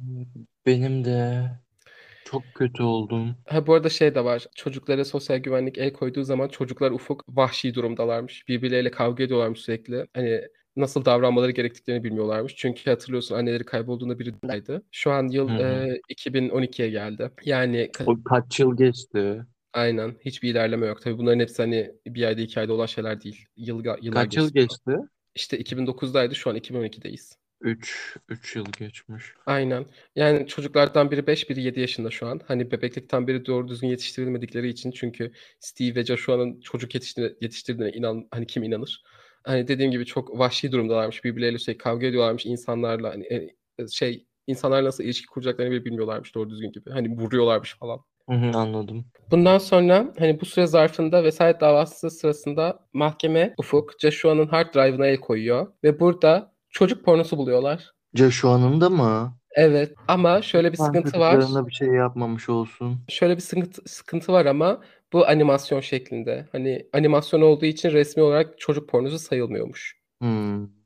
Speaker 1: benim de çok kötü oldum.
Speaker 2: Ha bu arada şey de var. Çocuklara sosyal güvenlik el koyduğu zaman çocuklar Ufuk vahşi durumdalarmış. Birbirleriyle kavga ediyorlarmış sürekli. Hani nasıl davranmaları gerektiklerini bilmiyorlarmış. Çünkü hatırlıyorsun anneleri kaybolduğunda biri buradaydı. Şu an
Speaker 1: Hı
Speaker 2: yıl
Speaker 1: hı.
Speaker 2: e, iki bin on ikiye geldi. Yani ka-
Speaker 1: O kaç yıl geçti?
Speaker 2: aynen hiçbir ilerleme yok. Tabii bunların hepsi hani bir ayda iki ayda olan şeyler değil. Yıl, yıllar
Speaker 1: Kaç yıl
Speaker 2: geçti.
Speaker 1: geçti?
Speaker 2: İşte iki bin dokuzdaydı şu an iki bin on ikideyiz.
Speaker 1: Üç üç yıl geçmiş.
Speaker 2: Aynen. Yani çocuklardan biri beş, biri yedi yaşında şu an. Hani bebeklikten beri doğru düzgün yetiştirilmedikleri için çünkü Steve ve Joshua'nın çocuk yetiştirdiğine, yetiştirdiğine inan hani kim inanır? Hani dediğim gibi çok vahşi durumdalarmış. Birbirleriyle şey kavga ediyorlarmış insanlarla hani e, şey insanlar nasıl ilişki kuracaklarını bile bilmiyorlarmış doğru düzgün gibi. Hani vuruyorlarmış falan.
Speaker 1: Hı hı, anladım.
Speaker 2: Bundan sonra hani bu süre zarfında vesayet davası sırasında mahkeme Ufuk Joshua'nın hard drive'ına el koyuyor ve burada çocuk pornosu buluyorlar.
Speaker 1: Joshua'nın da mı?
Speaker 2: Evet ama şöyle bir
Speaker 1: Ben
Speaker 2: sıkıntı var.
Speaker 1: çocuklarına bir şey yapmamış olsun.
Speaker 2: Şöyle bir sıkıntı, sıkıntı var ama bu animasyon şeklinde. Hani animasyon olduğu için resmi olarak çocuk pornosu sayılmıyormuş.
Speaker 1: Hmm.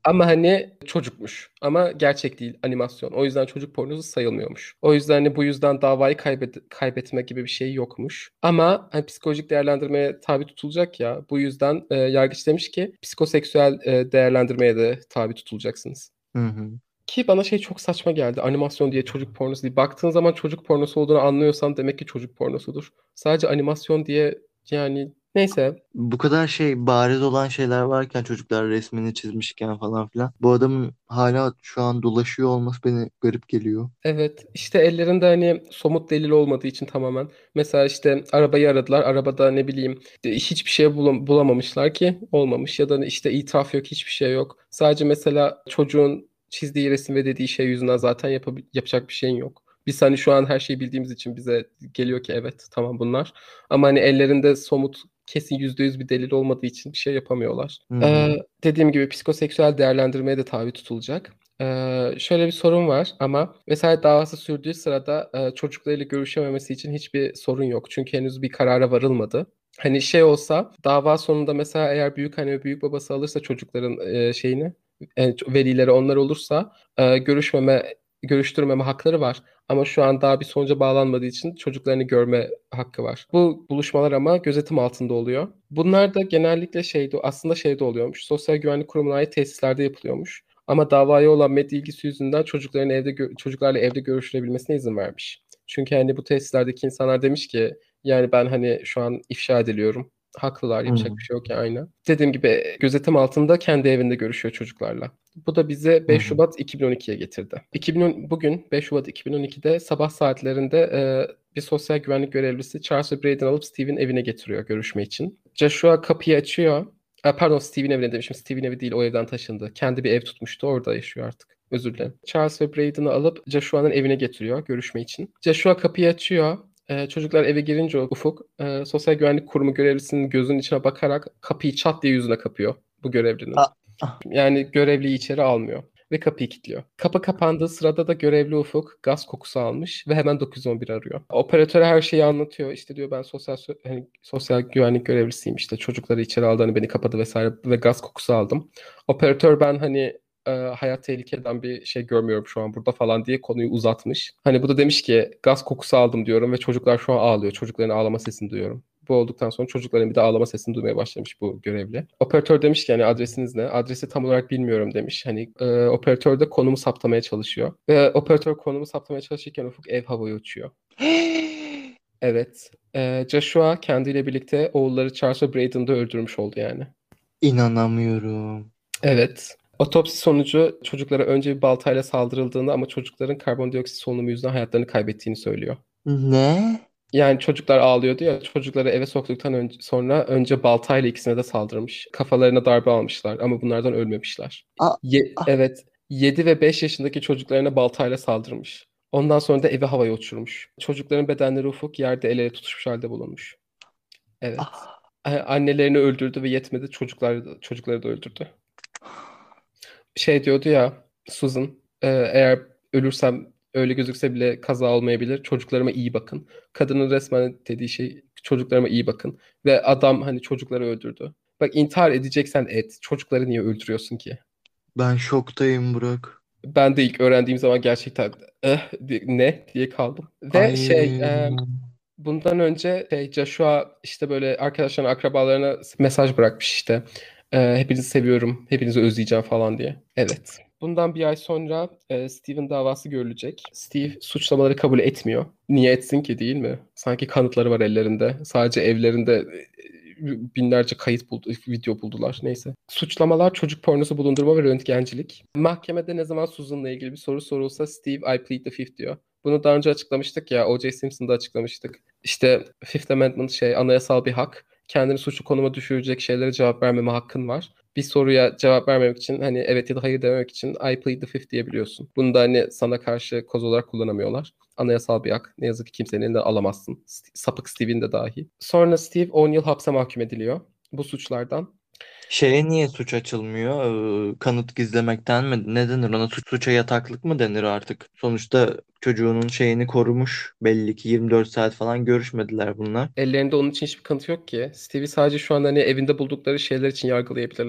Speaker 2: Ama hani çocukmuş. Ama gerçek değil, animasyon. O yüzden çocuk pornosu sayılmıyormuş. O yüzden hani bu yüzden davayı kaybet kaybetme gibi bir şey yokmuş. Ama hani psikolojik değerlendirmeye tabi tutulacak ya. Bu yüzden e, yargıç demiş ki psikoseksüel e, değerlendirmeye de tabi tutulacaksınız.
Speaker 1: Hı hı.
Speaker 2: Ki bana şey çok saçma geldi. Animasyon diye çocuk pornosu değil. Baktığın zaman çocuk pornosu olduğunu anlıyorsan demek ki çocuk pornosudur. Sadece animasyon diye yani neyse.
Speaker 1: Bu kadar şey bariz olan şeyler varken çocuklar resmini çizmişken falan filan. Bu adamın hala şu an dolaşıyor olması beni garip geliyor.
Speaker 2: Evet işte ellerinde hani somut delil olmadığı için tamamen. Mesela işte arabayı aradılar. Arabada ne bileyim de- hiçbir şey bulam- bulamamışlar ki olmamış. Ya da işte itiraf yok, hiçbir şey yok. Sadece mesela çocuğun çizdiği resim ve dediği şey yüzünden zaten yapabi- yapacak bir şeyin yok. Biz hani şu an her şeyi bildiğimiz için bize geliyor ki evet tamam bunlar. Ama hani ellerinde somut kesin yüzde yüz bir delil olmadığı için bir şey yapamıyorlar.
Speaker 1: Hı hı.
Speaker 2: Ee, dediğim gibi psikoseksüel değerlendirmeye de tabi tutulacak. Ee, şöyle bir sorun var ama vesayet davası sürdüğü sırada e, çocuklarıyla görüşememesi için hiçbir sorun yok. Çünkü henüz bir karara varılmadı. Hani şey olsa dava sonunda mesela eğer büyükanne ve büyük babası alırsa çocukların e, şeyini e, velileri onlar olursa e, görüşmeme görüştürmeme hakları var. Ama şu an daha bir sonuca bağlanmadığı için çocuklarını görme hakkı var. Bu buluşmalar ama gözetim altında oluyor. Bunlar da genellikle şeyde aslında şeyde oluyormuş. Sosyal Güvenlik Kurumu'na ait tesislerde yapılıyormuş. Ama davaya olan medya ilgisi yüzünden çocukların evde gö- çocuklarla evde görüşülebilmesine izin vermiş. Çünkü hani bu tesislerdeki insanlar demiş ki yani ben hani şu an ifşa ediliyorum. Haklılar,
Speaker 1: Hı hı.
Speaker 2: yapacak bir şey yok ya aynı. Dediğim gibi gözetim altında kendi evinde görüşüyor çocuklarla. Bu da bizi
Speaker 1: Hı
Speaker 2: beş
Speaker 1: hı.
Speaker 2: Şubat iki bin on ikiye getirdi. iki bin on, bugün beş Şubat iki bin on ikide sabah saatlerinde e, bir sosyal güvenlik görevlisi Charles ve Braden alıp Steve'in evine getiriyor görüşme için. Joshua kapıyı açıyor. Ha, pardon Steve'in evine demişim. Steve'in evi değil o evden taşındı. Kendi bir ev tutmuştu orada yaşıyor artık. Özür dilerim. Charles ve Braden'ı alıp Joshua'nın evine getiriyor görüşme için. Joshua kapıyı açıyor. Ee, çocuklar eve girince Ufuk e, Sosyal Güvenlik Kurumu görevlisinin gözünün içine bakarak kapıyı çat diye yüzüne kapıyor bu görevlinin.
Speaker 1: Ah, ah.
Speaker 2: Yani görevliyi içeri almıyor ve kapıyı kilitliyor. Kapı kapandığı sırada da görevli Ufuk gaz kokusu almış ve hemen dokuz yüz on bir arıyor. Operatöre her şeyi anlatıyor. İşte diyor ben sosyal hani sosyal güvenlik görevlisiyim işte çocukları içeri aldı hani beni kapadı vesaire ve gaz kokusu aldım. Operatör ben hani e, hayat tehlikeden bir şey görmüyorum şu an burada falan diye konuyu uzatmış. Hani bu da demiş ki gaz kokusu aldım diyorum ve çocuklar şu an ağlıyor. Çocukların ağlama sesini duyuyorum. Bu olduktan sonra çocukların bir de ağlama sesini duymaya başlamış bu görevli. Operatör demiş ki hani adresiniz ne? Adresi tam olarak bilmiyorum demiş. Hani e, operatör de konumu saptamaya çalışıyor. Ve operatör konumu saptamaya çalışırken Ufuk ev havaya uçuyor. Evet. E, Joshua kendiyle birlikte oğulları Charles ve Braden'ı da öldürmüş oldu yani.
Speaker 1: İnanamıyorum.
Speaker 2: Evet. Otopsi sonucu çocuklara önce bir baltayla saldırıldığını ama çocukların karbondioksit solunumu yüzünden hayatlarını kaybettiğini söylüyor.
Speaker 1: Ne?
Speaker 2: Yani çocuklar ağlıyordu ya çocukları eve soktuktan önce, sonra önce baltayla ikisine de saldırmış. Kafalarına darbe almışlar ama bunlardan ölmemişler.
Speaker 1: Ah,
Speaker 2: Ye-
Speaker 1: ah,
Speaker 2: evet yedi ve beş yaşındaki çocuklarına baltayla saldırmış. Ondan sonra da evi havaya uçurmuş. Çocukların bedenleri ufuk yerde el ele tutuşmuş halde bulunmuş. Evet.
Speaker 1: ah.
Speaker 2: A- Annelerini öldürdü ve yetmedi çocuklar çocukları da öldürdü. Şey diyordu ya Susan e, eğer ölürsem öyle gözükse bile kaza olmayabilir. Çocuklarıma iyi bakın. Kadının resmen dediği şey çocuklarıma iyi bakın. Ve adam hani çocukları öldürdü. Bak intihar edeceksen et. Çocukları niye öldürüyorsun ki?
Speaker 1: Ben şoktayım Burak.
Speaker 2: Ben de ilk öğrendiğim zaman gerçekten eh, di- ne diye kaldım. Ve şey
Speaker 1: Ay.
Speaker 2: e, bundan önce şey, Joshua işte böyle arkadaşlarına, akrabalarına mesaj bırakmış işte. E, hepinizi seviyorum, hepinizi özleyeceğim falan diye. Evet. Bundan bir ay sonra e, Steve'in davası görülecek. Steve suçlamaları kabul etmiyor. Niye etsin ki değil mi? Sanki kanıtları var ellerinde. Sadece evlerinde e, binlerce kayıt buldu, video buldular. Neyse. Suçlamalar çocuk pornosu bulundurma ve röntgencilik. Mahkemede ne zaman Susan'la ilgili bir soru sorulsa Steve I plead the fifth diyor. Bunu daha önce açıklamıştık ya. O J. Simpson'da açıklamıştık. İşte Fifth Amendment şey anayasal bir hak. Kendini suçlu konuma düşürecek şeylere cevap vermeme hakkın var. Bir soruya cevap vermemek için hani evet ya da hayır dememek için I plead the fifth diyebiliyorsun. Bunu da hani sana karşı koz olarak kullanamıyorlar. Anayasal bir hak. Ne yazık ki kimsenin elinden alamazsın. St- Sapık Steve'in de dahi. Sonra Steve on yıl hapse mahkum ediliyor bu suçlardan.
Speaker 1: Şeye niye suç açılmıyor? Ee, kanıt gizlemekten mi? Ne denir ona? Suç, suça yataklık mı denir artık? Sonuçta çocuğunun şeyini korumuş. Belli ki yirmi dört saat falan görüşmediler bunlar.
Speaker 2: Ellerinde onun için hiçbir kanıtı yok ki. Steve'i sadece şu anda hani evinde buldukları şeyler için yargılayabilirler.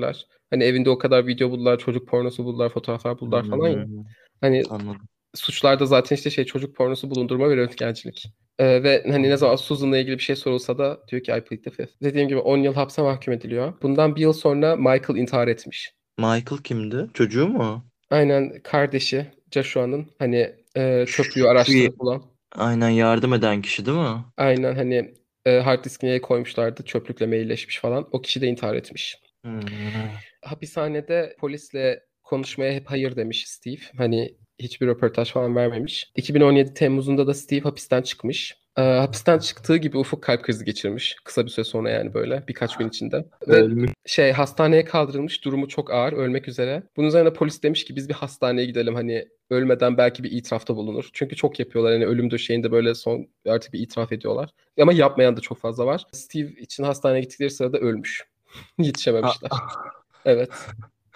Speaker 2: Hani evinde o kadar video buldular, çocuk pornosu buldular, fotoğraflar buldular falan ya.
Speaker 1: Hmm,
Speaker 2: Hani
Speaker 1: anladım.
Speaker 2: suçlarda zaten işte şey çocuk pornosu bulundurma ve röntgencilik. Ee, ve hani ne zaman Susan'la ilgili bir şey sorulsa da diyor ki I plead the fifth. Dediğim gibi on yıl hapse mahkum ediliyor. Bundan bir yıl sonra Michael intihar etmiş.
Speaker 1: Michael kimdi? Çocuğu mu?
Speaker 2: Aynen kardeşi Joshua'nın hani e, çöplüğü
Speaker 1: Şu, şu y-
Speaker 2: araştırıp bulan.
Speaker 1: aynen yardım eden kişi değil mi?
Speaker 2: Aynen hani e, hard diskine el koymuşlardı. Çöplükle mailleşmiş falan. O kişi de intihar etmiş.
Speaker 1: Hmm.
Speaker 2: Hapishanede polisle konuşmaya hep hayır demiş Steve. Hani hiçbir röportaj falan vermemiş. iki bin on yedi Temmuz'unda da Steve hapisten çıkmış. Ee, hapisten çıktığı gibi Ufuk kalp krizi geçirmiş. Kısa bir süre sonra yani böyle birkaç gün içinde. Ve
Speaker 1: Ölmüş.
Speaker 2: şey hastaneye kaldırılmış, durumu çok ağır, ölmek üzere. Bunun üzerine polis demiş ki biz bir hastaneye gidelim hani ölmeden belki bir itirafta bulunur. Çünkü çok yapıyorlar hani ölüm döşeğinde böyle son artık bir itiraf ediyorlar. Ama yapmayan da çok fazla var. Steve için hastaneye gittikleri sırada ölmüş. Yetişememişler.
Speaker 1: Ah,
Speaker 2: Evet.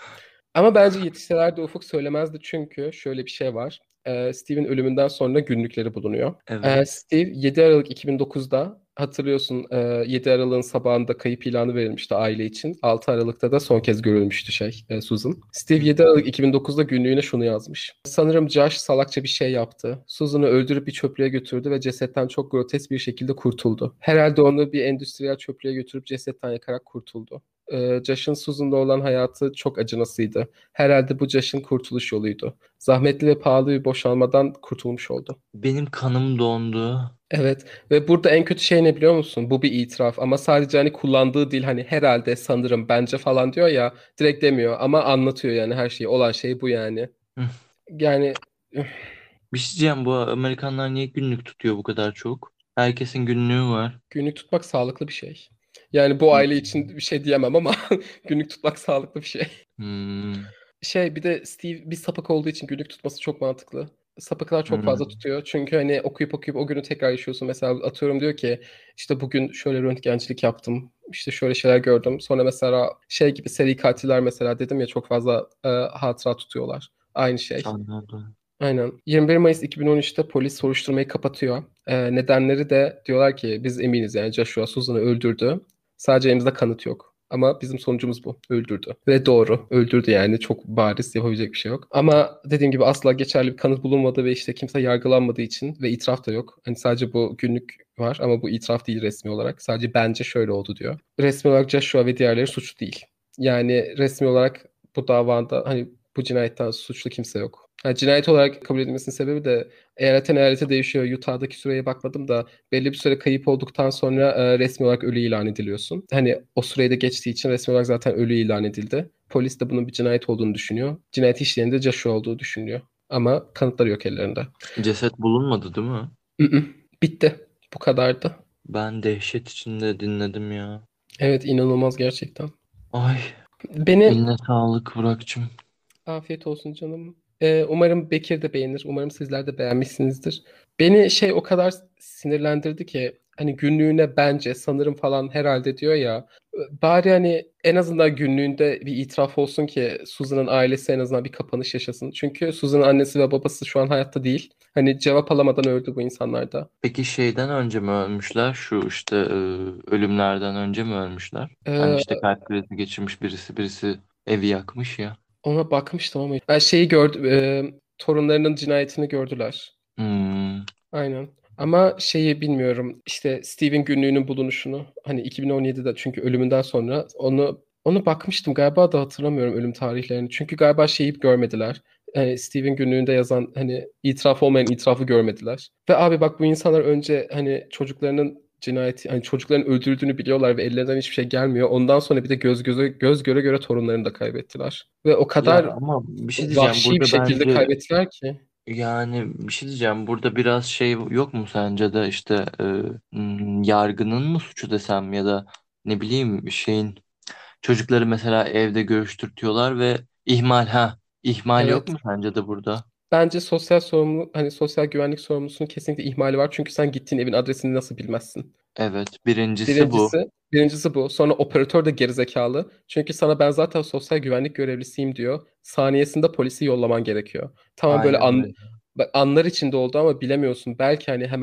Speaker 2: Ama bence yetişseler de Ufuk söylemezdi çünkü şöyle bir şey var. Ee, Steve'in ölümünden sonra günlükleri bulunuyor. Ee,
Speaker 1: evet.
Speaker 2: Steve yedi Aralık iki bin dokuzda hatırlıyorsun e, yedi Aralık'ın sabahında kayıp ilanı verilmişti aile için. altı Aralık'ta da son kez görülmüştü şey e, Susan. Steve yedi Aralık iki bin dokuzda günlüğüne şunu yazmış. Sanırım Josh salakça bir şey yaptı. Susan'ı öldürüp bir çöplüğe götürdü ve cesetten çok grotesk bir şekilde kurtuldu. Herhalde onu bir endüstriyel çöplüğe götürüp cesetten yakarak kurtuldu. Ee, Josh'ın Susan'da olan hayatı çok acınasıydı. Herhalde bu Josh'ın kurtuluş yoluydu. Zahmetli ve pahalı bir boşanmadan kurtulmuş oldu.
Speaker 1: Benim kanım dondu.
Speaker 2: Evet ve burada en kötü şey ne biliyor musun? Bu bir itiraf ama sadece hani kullandığı dil hani herhalde sanırım bence falan diyor ya direkt demiyor ama anlatıyor yani her şeyi olan şey bu yani.
Speaker 1: Hı.
Speaker 2: Yani üf,
Speaker 1: Bir şey diyeceğim, bu Amerikanlar niye günlük tutuyor bu kadar çok? Herkesin günlüğü var.
Speaker 2: günlük tutmak sağlıklı bir şey. Yani bu aile için bir şey diyemem ama günlük tutmak sağlıklı bir şey.
Speaker 1: Hmm.
Speaker 2: Şey bir de Steve bir sapık olduğu için günlük tutması çok mantıklı. Sapıklar çok fazla
Speaker 1: Hmm.
Speaker 2: tutuyor. Çünkü hani okuyup okuyup o günü tekrar yaşıyorsun. Mesela atıyorum diyor ki işte bugün şöyle röntgencilik yaptım. İşte şöyle şeyler gördüm. Sonra mesela şey gibi seri katiller mesela dedim ya çok fazla e, hatıra tutuyorlar. Aynı şey.
Speaker 1: Anladım.
Speaker 2: Aynen. yirmi bir Mayıs iki bin on üçte polis soruşturmayı kapatıyor. Ee, nedenleri de diyorlar ki biz eminiz yani Joshua Susan'ı öldürdü. Sadece elimizde kanıt yok. Ama bizim sonucumuz bu. Öldürdü. Ve doğru. Öldürdü yani. Çok bariz. Yapabilecek bir şey yok. Ama dediğim gibi asla geçerli bir kanıt bulunmadığı ve işte kimse yargılanmadığı için ve itiraf da yok. Hani sadece bu günlük var ama bu itiraf değil resmi olarak. Sadece bence şöyle oldu diyor. Resmi olarak Joshua ve diğerleri suçlu değil. Yani resmi olarak bu davada hani bu cinayetten suçlu kimse yok. Ha, cinayet olarak kabul edilmesinin sebebi de eyaletten eyalete değişiyor. Utah'daki süreye bakmadım da belli bir süre kayıp olduktan sonra e, resmi olarak ölü ilan ediliyorsun. Hani o süreyi de geçtiği için resmi olarak zaten ölü ilan edildi. Polis de bunun bir cinayet olduğunu düşünüyor. Cinayet işleyen de Joshua olduğu düşünüyor. Ama kanıtları yok ellerinde.
Speaker 1: Ceset bulunmadı değil mi?
Speaker 2: Mm-mm. Bitti. Bu kadardı.
Speaker 1: Ben dehşet içinde dinledim ya.
Speaker 2: Evet inanılmaz gerçekten.
Speaker 1: Ay,
Speaker 2: Beni
Speaker 1: eline sağlık Burak'cığım.
Speaker 2: afiyet olsun canım. Ee, umarım Bekir de beğenir. Umarım sizler de beğenmişsinizdir. Beni şey o kadar sinirlendirdi ki hani günlüğüne bence sanırım falan herhalde diyor ya. Bari hani en azından günlüğünde bir itiraf olsun ki Susan'ın ailesi en azından bir kapanış yaşasın. Çünkü Susan'ın annesi ve babası şu an hayatta değil. Hani cevap alamadan öldü bu insanlar da.
Speaker 1: Peki şeyden önce mi ölmüşler? Şu işte e, ölümlerden önce mi ölmüşler? Hani
Speaker 2: Ee,
Speaker 1: işte kalp krizi geçirmiş birisi, birisi evi yakmış ya.
Speaker 2: ona bakmıştım ama ben şeyi gördüm. E, torunlarının cinayetini gördüler.
Speaker 1: Hmm.
Speaker 2: Aynen. Ama şeyi bilmiyorum. İşte Steve'in günlüğünün bulunuşunu hani iki bin on yedide çünkü ölümünden sonra onu onu bakmıştım galiba da hatırlamıyorum ölüm tarihlerini. Çünkü galiba şeyi görmediler. Yani Steve'in günlüğünde yazan hani itiraf olmayan itirafı görmediler. Ve abi bak bu insanlar önce hani çocuklarının cinayeti hani çocukların öldürüldüğünü biliyorlar ve ellerinden hiçbir şey gelmiyor. Ondan sonra bir de göz göze göz göre göre torunlarını da kaybettiler. Ve o
Speaker 1: Ya
Speaker 2: kadar
Speaker 1: ama bir şey diyeceğim
Speaker 2: vahşi bir
Speaker 1: burada
Speaker 2: şekilde
Speaker 1: bence,
Speaker 2: kaybettiler ki.
Speaker 1: yani bir şey diyeceğim burada biraz şey yok mu sence de işte e, hmm, yargının mı suçu desem ya da ne bileyim şeyin, çocukları mesela evde görüştürtüyorlar ve ihmal, ha ihmal yok
Speaker 2: Evet.
Speaker 1: mu sence de burada?
Speaker 2: Bence sosyal sorumlu hani sosyal güvenlik sorumlusunun kesinlikle ihmali var. Çünkü sen gittiğin evin adresini nasıl bilmezsin?
Speaker 1: Evet, birincisi bu.
Speaker 2: Birincisi, birincisi bu. Sonra operatör de gerizekalı. Çünkü sana ben zaten sosyal güvenlik görevlisiyim diyor. Saniyesinde polisi yollaman gerekiyor. Tamam böyle
Speaker 1: Aynen
Speaker 2: an,
Speaker 1: öyle.
Speaker 2: bak anlar içinde oldu ama bilemiyorsun. Belki hani hemen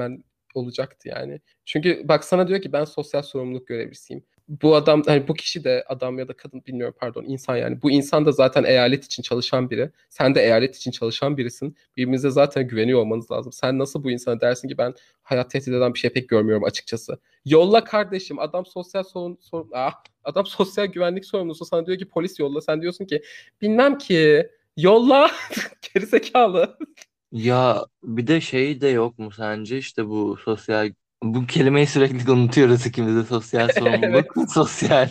Speaker 2: olacaktı yani. Çünkü bak sana diyor ki ben sosyal sorumluluk görevlisiyim. Bu adam hani bu kişi de adam ya da kadın bilmiyorum pardon insan yani. Bu insan da zaten eyalet için çalışan biri. Sen de eyalet için çalışan birisin. Birbirinize zaten güveniyor olmanız lazım. Sen nasıl bu insana dersin ki ben hayat tehdit eden bir şey pek görmüyorum açıkçası. Yolla kardeşim adam sosyal sorun, sorun ah, adam sosyal güvenlik sorumlusu sana diyor ki polis yolla. Sen diyorsun ki bilmem ki yolla gerizekalı.
Speaker 1: Ya bir de şey de yok mu sence işte bu sosyal bu kelimeyi sürekli unutuyoruz ikimiz de sosyal sorumluluk,
Speaker 2: Evet.
Speaker 1: sosyal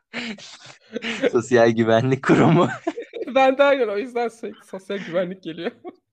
Speaker 1: sosyal güvenlik kurumu.
Speaker 2: Ben de aynen o yüzden sürekli sosyal güvenlik geliyor.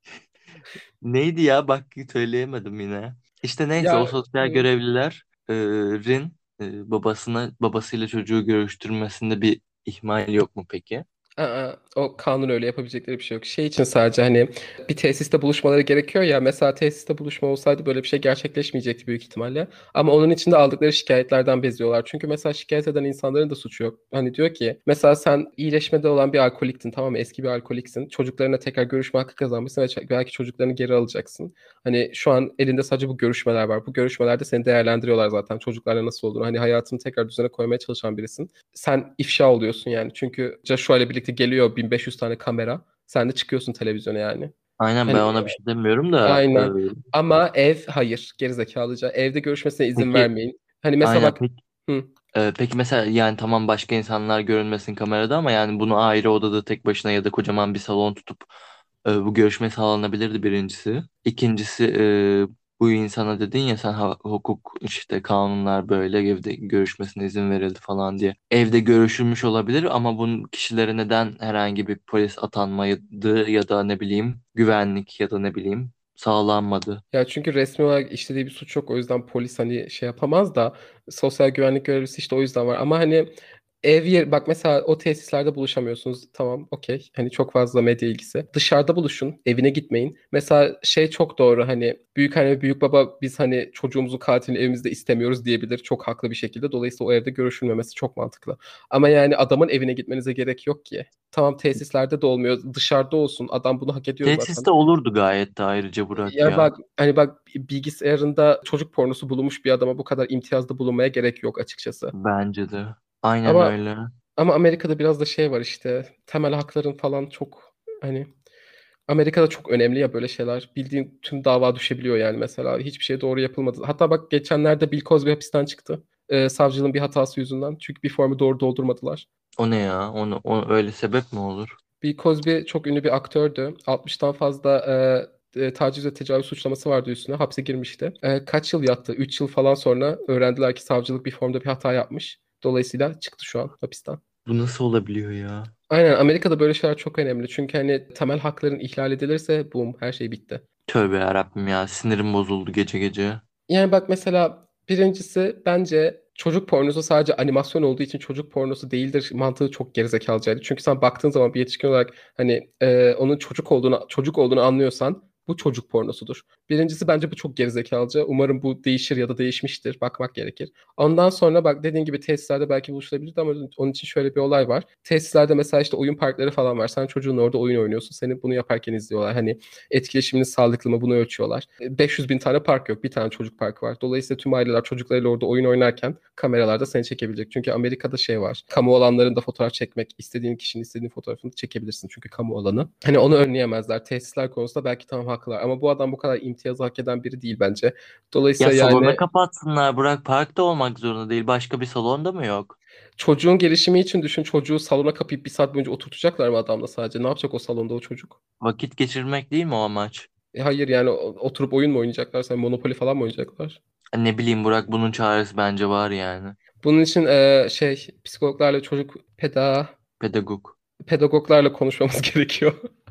Speaker 1: Neydi ya bak söyleyemedim yine. İşte neyse o
Speaker 2: Ya
Speaker 1: sosyal
Speaker 2: hı.
Speaker 1: görevlilerin e, babasına babasıyla çocuğu görüştürmesinde bir ihmal yok mu peki?
Speaker 2: Aa, o kanun öyle yapabilecekleri bir şey yok. Şey için sadece hani bir tesiste buluşmaları gerekiyor ya. Mesela tesiste buluşma olsaydı böyle bir şey gerçekleşmeyecekti büyük ihtimalle. Ama onun için de aldıkları şikayetlerden beziyorlar. Çünkü mesela şikayet eden insanların da suçu yok. Hani diyor ki mesela sen iyileşmede olan bir alkoliktin tamam mı? Eski bir alkoliksin. Çocuklarına tekrar görüşme hakkı kazanmışsın ve ç- belki çocuklarını geri alacaksın. Hani şu an elinde sadece bu görüşmeler var. Bu görüşmelerde seni değerlendiriyorlar zaten. Çocuklarla nasıl olduğunu. Hani hayatını tekrar düzene koymaya çalışan birisin. Sen ifşa oluyorsun yani. Çünkü Joshua ile birlikte geliyor bin beş yüz tane kamera. Sen de çıkıyorsun televizyona yani.
Speaker 1: Aynen ben
Speaker 2: Hani
Speaker 1: ona bir şey demiyorum da e,
Speaker 2: aynen. Ama ev hayır. Gerizekalıca. Evde görüşmesine izin
Speaker 1: peki
Speaker 2: vermeyin. Hani mesela
Speaker 1: aynen
Speaker 2: bak
Speaker 1: peki
Speaker 2: hı.
Speaker 1: e, peki mesela yani tamam başka insanlar görünmesin kamerada ama yani bunu ayrı odada tek başına ya da kocaman bir salon tutup e, bu görüşme sağlanabilirdi birincisi. İkincisi e, bu insana dedin ya sen ha- hukuk işte kanunlar böyle evde görüşmesine izin verildi falan diye. Evde görüşülmüş olabilir ama bunun kişilere neden herhangi bir polis atanmadı ya da ne bileyim güvenlik ya da ne bileyim sağlanmadı.
Speaker 2: Ya çünkü resmi olarak işlediği bir suç yok. O yüzden polis hani şey yapamaz da sosyal güvenlik görevlisi işte o yüzden var. Ama hani ev yer bak mesela o tesislerde buluşamıyorsunuz. Tamam, okey. Hani çok fazla medya ilgisi. Dışarıda buluşun. Evine gitmeyin. Mesela şey çok doğru hani büyük anne büyük baba biz hani çocuğumuzun katilini evimizde istemiyoruz diyebilir. Çok haklı bir şekilde. Dolayısıyla o evde görüşülmemesi çok mantıklı. Ama yani adamın evine gitmenize gerek yok ki. Tamam tesislerde de olmuyor. Dışarıda olsun. Adam bunu hak ediyor zaten.
Speaker 1: Tesiste olurdu gayet de ayrıca Burak
Speaker 2: Ya
Speaker 1: ya.
Speaker 2: bak hani bak bilgisayarında çocuk pornosu bulunmuş bir adama bu kadar imtiyazda bulunmaya gerek yok açıkçası.
Speaker 1: Bence de. Aynen
Speaker 2: Ama
Speaker 1: öyle.
Speaker 2: ama Amerika'da biraz da şey var işte temel hakların falan çok hani Amerika'da çok önemli ya böyle şeyler. Bildiğin tüm dava düşebiliyor yani mesela hiçbir şey doğru yapılmadı. Hatta bak geçenlerde Bill Cosby hapisten çıktı. Ee, savcılığın bir hatası yüzünden. Çünkü bir formu doğru doldurmadılar.
Speaker 1: O ne ya? Onu, o öyle sebep mi olur?
Speaker 2: Bill Cosby çok ünlü bir aktördü. altmıştan fazla e, e, taciz ve tecavüz suçlaması vardı üstüne. Hapse girmişti. E, kaç yıl yattı? üç yıl falan sonra öğrendiler ki savcılık bir formda bir hata yapmış. Dolayısıyla çıktı şu an hapisten.
Speaker 1: Bu nasıl olabiliyor ya?
Speaker 2: Aynen Amerika'da böyle şeyler çok önemli. Çünkü hani temel hakların ihlal edilirse boom her şey bitti.
Speaker 1: Tövbe yarabbim ya. Sinirim bozuldu gece gece.
Speaker 2: Yani bak mesela birincisi bence çocuk pornosu sadece animasyon olduğu için çocuk pornosu değildir mantığı çok gerizekalıydı. Çünkü sen baktığın zaman bir yetişkin olarak hani e, onun çocuk olduğunu çocuk olduğunu anlıyorsan bu çocuk pornosudur. Birincisi bence bu çok gerizekalıca. Umarım bu değişir ya da değişmiştir. Bakmak gerekir. Ondan sonra bak dediğin gibi tesislerde belki buluşulabilirdi ama onun için şöyle bir olay var. Tesislerde mesela işte oyun parkları falan var. Sen çocuğun orada oyun oynuyorsun. Seni bunu yaparken izliyorlar. Hani etkileşiminiz sağlıklı mı bunu ölçüyorlar. beş yüz bin tane park yok. Bir tane çocuk parkı var. Dolayısıyla tüm aileler çocuklarıyla orada oyun oynarken kameralarda seni çekebilecek. Çünkü Amerika'da şey var. Kamu alanlarında fotoğraf çekmek, istediğin kişinin istediğin fotoğrafını çekebilirsin. Çünkü kamu alanı. Hani onu önleyemezler. Tesisler konusunda belki tamam haklılar. Ama bu adam bu kadar imtiyazı hak eden biri değil bence.
Speaker 1: Ya
Speaker 2: Dolayısıyla
Speaker 1: salona
Speaker 2: yani
Speaker 1: kapatsınlar. Burak parkta olmak zorunda değil. Başka bir salonda mı yok?
Speaker 2: çocuğun gelişimi için düşün. Çocuğu salona kapayıp bir saat boyunca oturtacaklar mı adamla sadece? Ne yapacak o salonda o çocuk?
Speaker 1: Vakit geçirmek değil mi o amaç?
Speaker 2: E hayır yani oturup oyun mu oynayacaklar? Sen Monopoly falan mı oynayacaklar?
Speaker 1: Ne bileyim Burak bunun çaresi bence var yani.
Speaker 2: Bunun için e, şey psikologlarla çocuk peda
Speaker 1: Pedagog.
Speaker 2: pedagoglarla konuşmamız gerekiyor.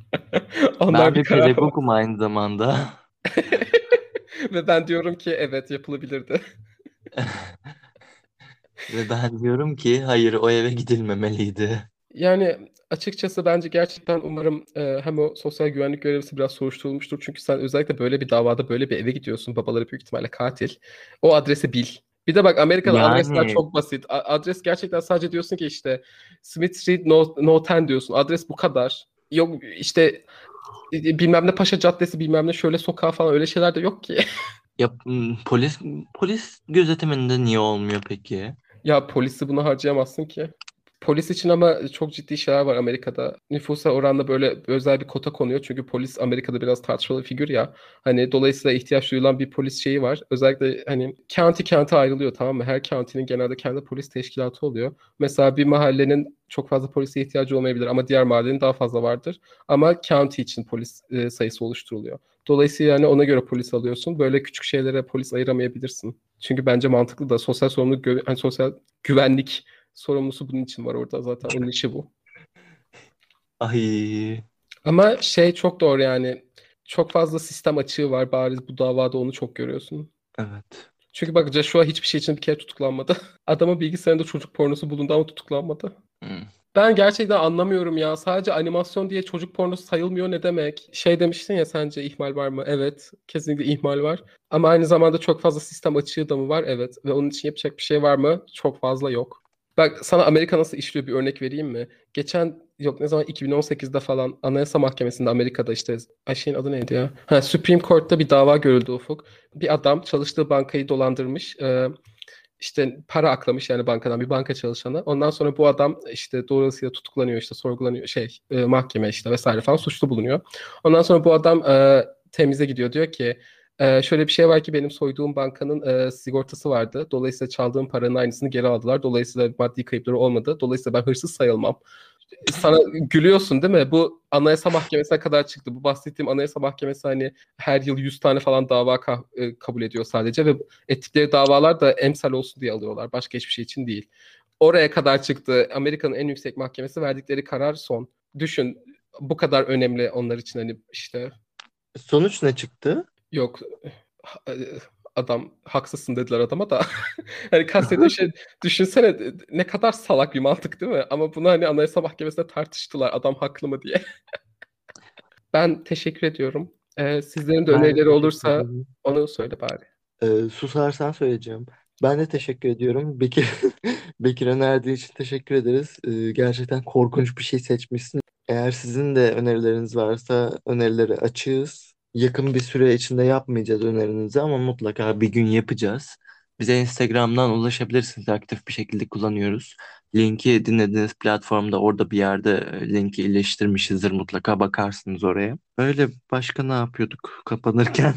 Speaker 2: Onlar
Speaker 1: Ben
Speaker 2: bir
Speaker 1: bir
Speaker 2: karar var.
Speaker 1: pedagogum aynı zamanda.
Speaker 2: Ve ben diyorum ki evet yapılabilirdi.
Speaker 1: Ve ben diyorum ki hayır o eve gidilmemeliydi.
Speaker 2: Yani açıkçası bence gerçekten umarım e, hem o sosyal güvenlik görevlisi biraz soruşturulmuştur. Çünkü sen özellikle böyle bir davada böyle bir eve gidiyorsun. Babaları büyük ihtimalle katil. O adresi bil. Bir de bak Amerika'da adresler
Speaker 1: Yani
Speaker 2: çok basit. A- adres gerçekten sadece diyorsun ki işte Smith Street No, No on diyorsun. Adres bu kadar. Yok işte e, bilmem ne Paşa Caddesi bilmem ne şöyle sokağı falan öyle şeyler de yok ki.
Speaker 1: Ya m, polis polis gözetiminde niye olmuyor peki?
Speaker 2: Ya polisi buna harcayamazsın ki. Polis için ama çok ciddi şeyler var Amerika'da. Nüfusa oranla böyle özel bir kota konuyor. Çünkü polis Amerika'da biraz tartışmalı bir figür ya. Hani dolayısıyla ihtiyaç duyulan bir polis şeyi var. Özellikle hani county county ayrılıyor, tamam mı? Her county'nin genelde kendi polis teşkilatı oluyor. Mesela bir mahallenin çok fazla polise ihtiyacı olmayabilir ama diğer mahallenin daha fazla vardır. Ama county için polis e, sayısı oluşturuluyor. Dolayısıyla yani ona göre polis alıyorsun. Böyle küçük şeylere polis ayıramayabilirsin. Çünkü bence mantıklı da sosyal sorumluluk, gö- hani sosyal güvenlik sorumlusu bunun için var orada zaten. Onun işi bu.
Speaker 1: Ay,
Speaker 2: Ama şey çok doğru yani. Çok fazla sistem açığı var. Bariz bu davada onu çok görüyorsun.
Speaker 1: evet.
Speaker 2: Çünkü bak Joshua hiçbir şey için bir kere tutuklanmadı. Adamın bilgisayarında çocuk pornosu bulundu ama tutuklanmadı.
Speaker 1: Hmm.
Speaker 2: Ben gerçekten anlamıyorum ya. Sadece animasyon diye çocuk pornosu sayılmıyor ne demek? Şey demiştin ya, sence ihmal var mı? Evet, kesinlikle ihmal var. Ama aynı zamanda çok fazla sistem açığı da mı var? Evet. Ve onun için yapacak bir şey var mı? Çok fazla yok. Bak sana Amerika nasıl işliyor bir örnek vereyim mi? Geçen yok ne zaman iki bin on sekizde falan Anayasa Mahkemesi'nde Amerika'da işte ay şeyin adı neydi ya? Ha, Supreme Court'ta bir dava görüldü Ufuk. Bir adam çalıştığı bankayı dolandırmış. Ee, işte para aklamış yani bankadan bir banka çalışanı. Ondan sonra bu adam işte dolayısıyla tutuklanıyor, işte sorgulanıyor, şey e, mahkeme işte vesaire falan suçlu bulunuyor. Ondan sonra bu adam e, temize gidiyor, diyor ki e, şöyle bir şey var ki benim soyduğum bankanın e, sigortası vardı. Dolayısıyla çaldığım paranın aynısını geri aldılar. Dolayısıyla maddi kayıpları olmadı. Dolayısıyla ben hırsız sayılmam. Sana gülüyorsun değil mi? Bu Anayasa Mahkemesi'ne kadar çıktı. Bu bahsettiğim Anayasa Mahkemesi hani her yıl yüz tane falan dava ka- e, kabul ediyor sadece ve ettikleri davalar da emsal olsun diye alıyorlar. Başka hiçbir şey için değil. Oraya kadar çıktı. Amerika'nın en yüksek mahkemesi, verdikleri karar son. Düşün, bu kadar önemli onlar için, hani işte
Speaker 1: Sonuç ne çıktı?
Speaker 2: yok adam haksızsın dediler adama da. Hani kastettiğim şey, düşünsene ne kadar salak bir mantık değil mi? Ama bunu hani Anayasa Mahkemesi'nde tartıştılar adam haklı mı diye. Ben teşekkür ediyorum. Ee, sizlerin de
Speaker 1: Ben de
Speaker 2: önerileri
Speaker 1: teşekkür
Speaker 2: olursa
Speaker 1: ederim.
Speaker 2: onu söyle bari.
Speaker 1: Ee, susarsan söyleyeceğim. Ben de teşekkür ediyorum. Bekir, Bekir önerdiği için teşekkür ederiz. Ee, gerçekten korkunç bir şey seçmişsin. Eğer sizin de önerileriniz varsa önerileri açığız. Yakın bir süre içinde yapmayacağız önerinizi ama mutlaka bir gün yapacağız. Bize Instagram'dan ulaşabilirsiniz. Aktif bir şekilde kullanıyoruz. Linki dinlediğiniz platformda orada bir yerde e, linki iliştirmişizdir. Mutlaka bakarsınız oraya. Öyle başka ne yapıyorduk kapanırken?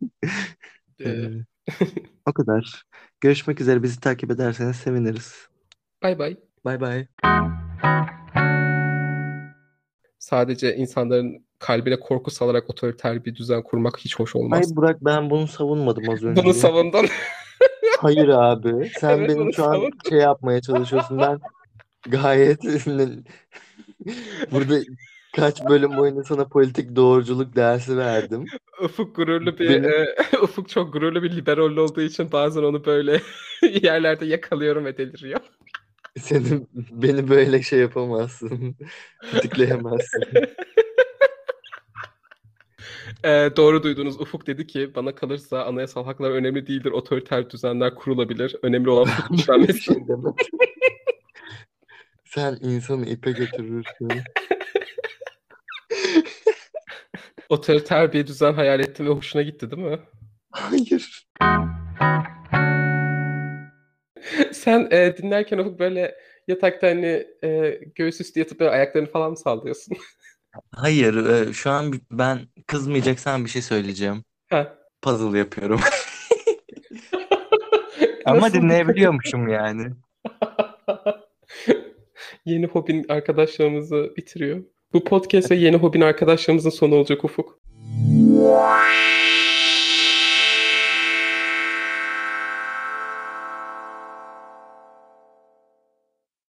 Speaker 2: Ee,
Speaker 1: Ee, O kadar. Görüşmek üzere. Bizi takip ederseniz seviniriz.
Speaker 2: Bay bay.
Speaker 1: Bay bay.
Speaker 2: Sadece insanların kalbine korku salarak otoriter bir düzen kurmak hiç hoş
Speaker 1: Ay
Speaker 2: olmaz.
Speaker 1: Burak, ben bunu savunmadım az
Speaker 2: Bunu
Speaker 1: önce.
Speaker 2: savundun.
Speaker 1: Hayır abi. Sen
Speaker 2: Evet,
Speaker 1: benim
Speaker 2: bunu
Speaker 1: şu an
Speaker 2: savundun.
Speaker 1: şey yapmaya çalışıyorsun. Ben gayet burada kaç bölüm boyunca sana politik doğruculuk dersi verdim.
Speaker 2: Ufuk gururlu bir
Speaker 1: Benim
Speaker 2: e, Ufuk çok gururlu bir liberal olduğu için bazen onu böyle yerlerde yakalıyorum ve deliriyor.
Speaker 1: senin beni böyle şey yapamazsın. Tetikleyemezsin.
Speaker 2: E, doğru duydunuz. Ufuk dedi ki bana kalırsa anayasal haklar önemli değildir. Otoriter düzenler kurulabilir. Önemli olan suç
Speaker 1: Böyle bir
Speaker 2: işlenmesi.
Speaker 1: şey demedim. Sen insanı ipe götürürsün.
Speaker 2: Otoriter bir düzen hayal ettin ve hoşuna gitti değil mi?
Speaker 1: Hayır.
Speaker 2: Sen e, dinlerken Ufuk böyle yatakta hani e, göğüs üstü yatıp böyle ayaklarını falan mı sallıyorsun?
Speaker 1: Hayır. e, Şu an bi- ben kızmayacaksan bir şey söyleyeceğim.
Speaker 2: Ha.
Speaker 1: Puzzle yapıyorum. Ama
Speaker 2: Nasıl dikkat?
Speaker 1: dinleyebiliyormuşum yani.
Speaker 2: Yeni hobin arkadaşlarımızı bitiriyor. Bu podcast ve yeni hobin arkadaşlarımızın sonu olacak Ufuk.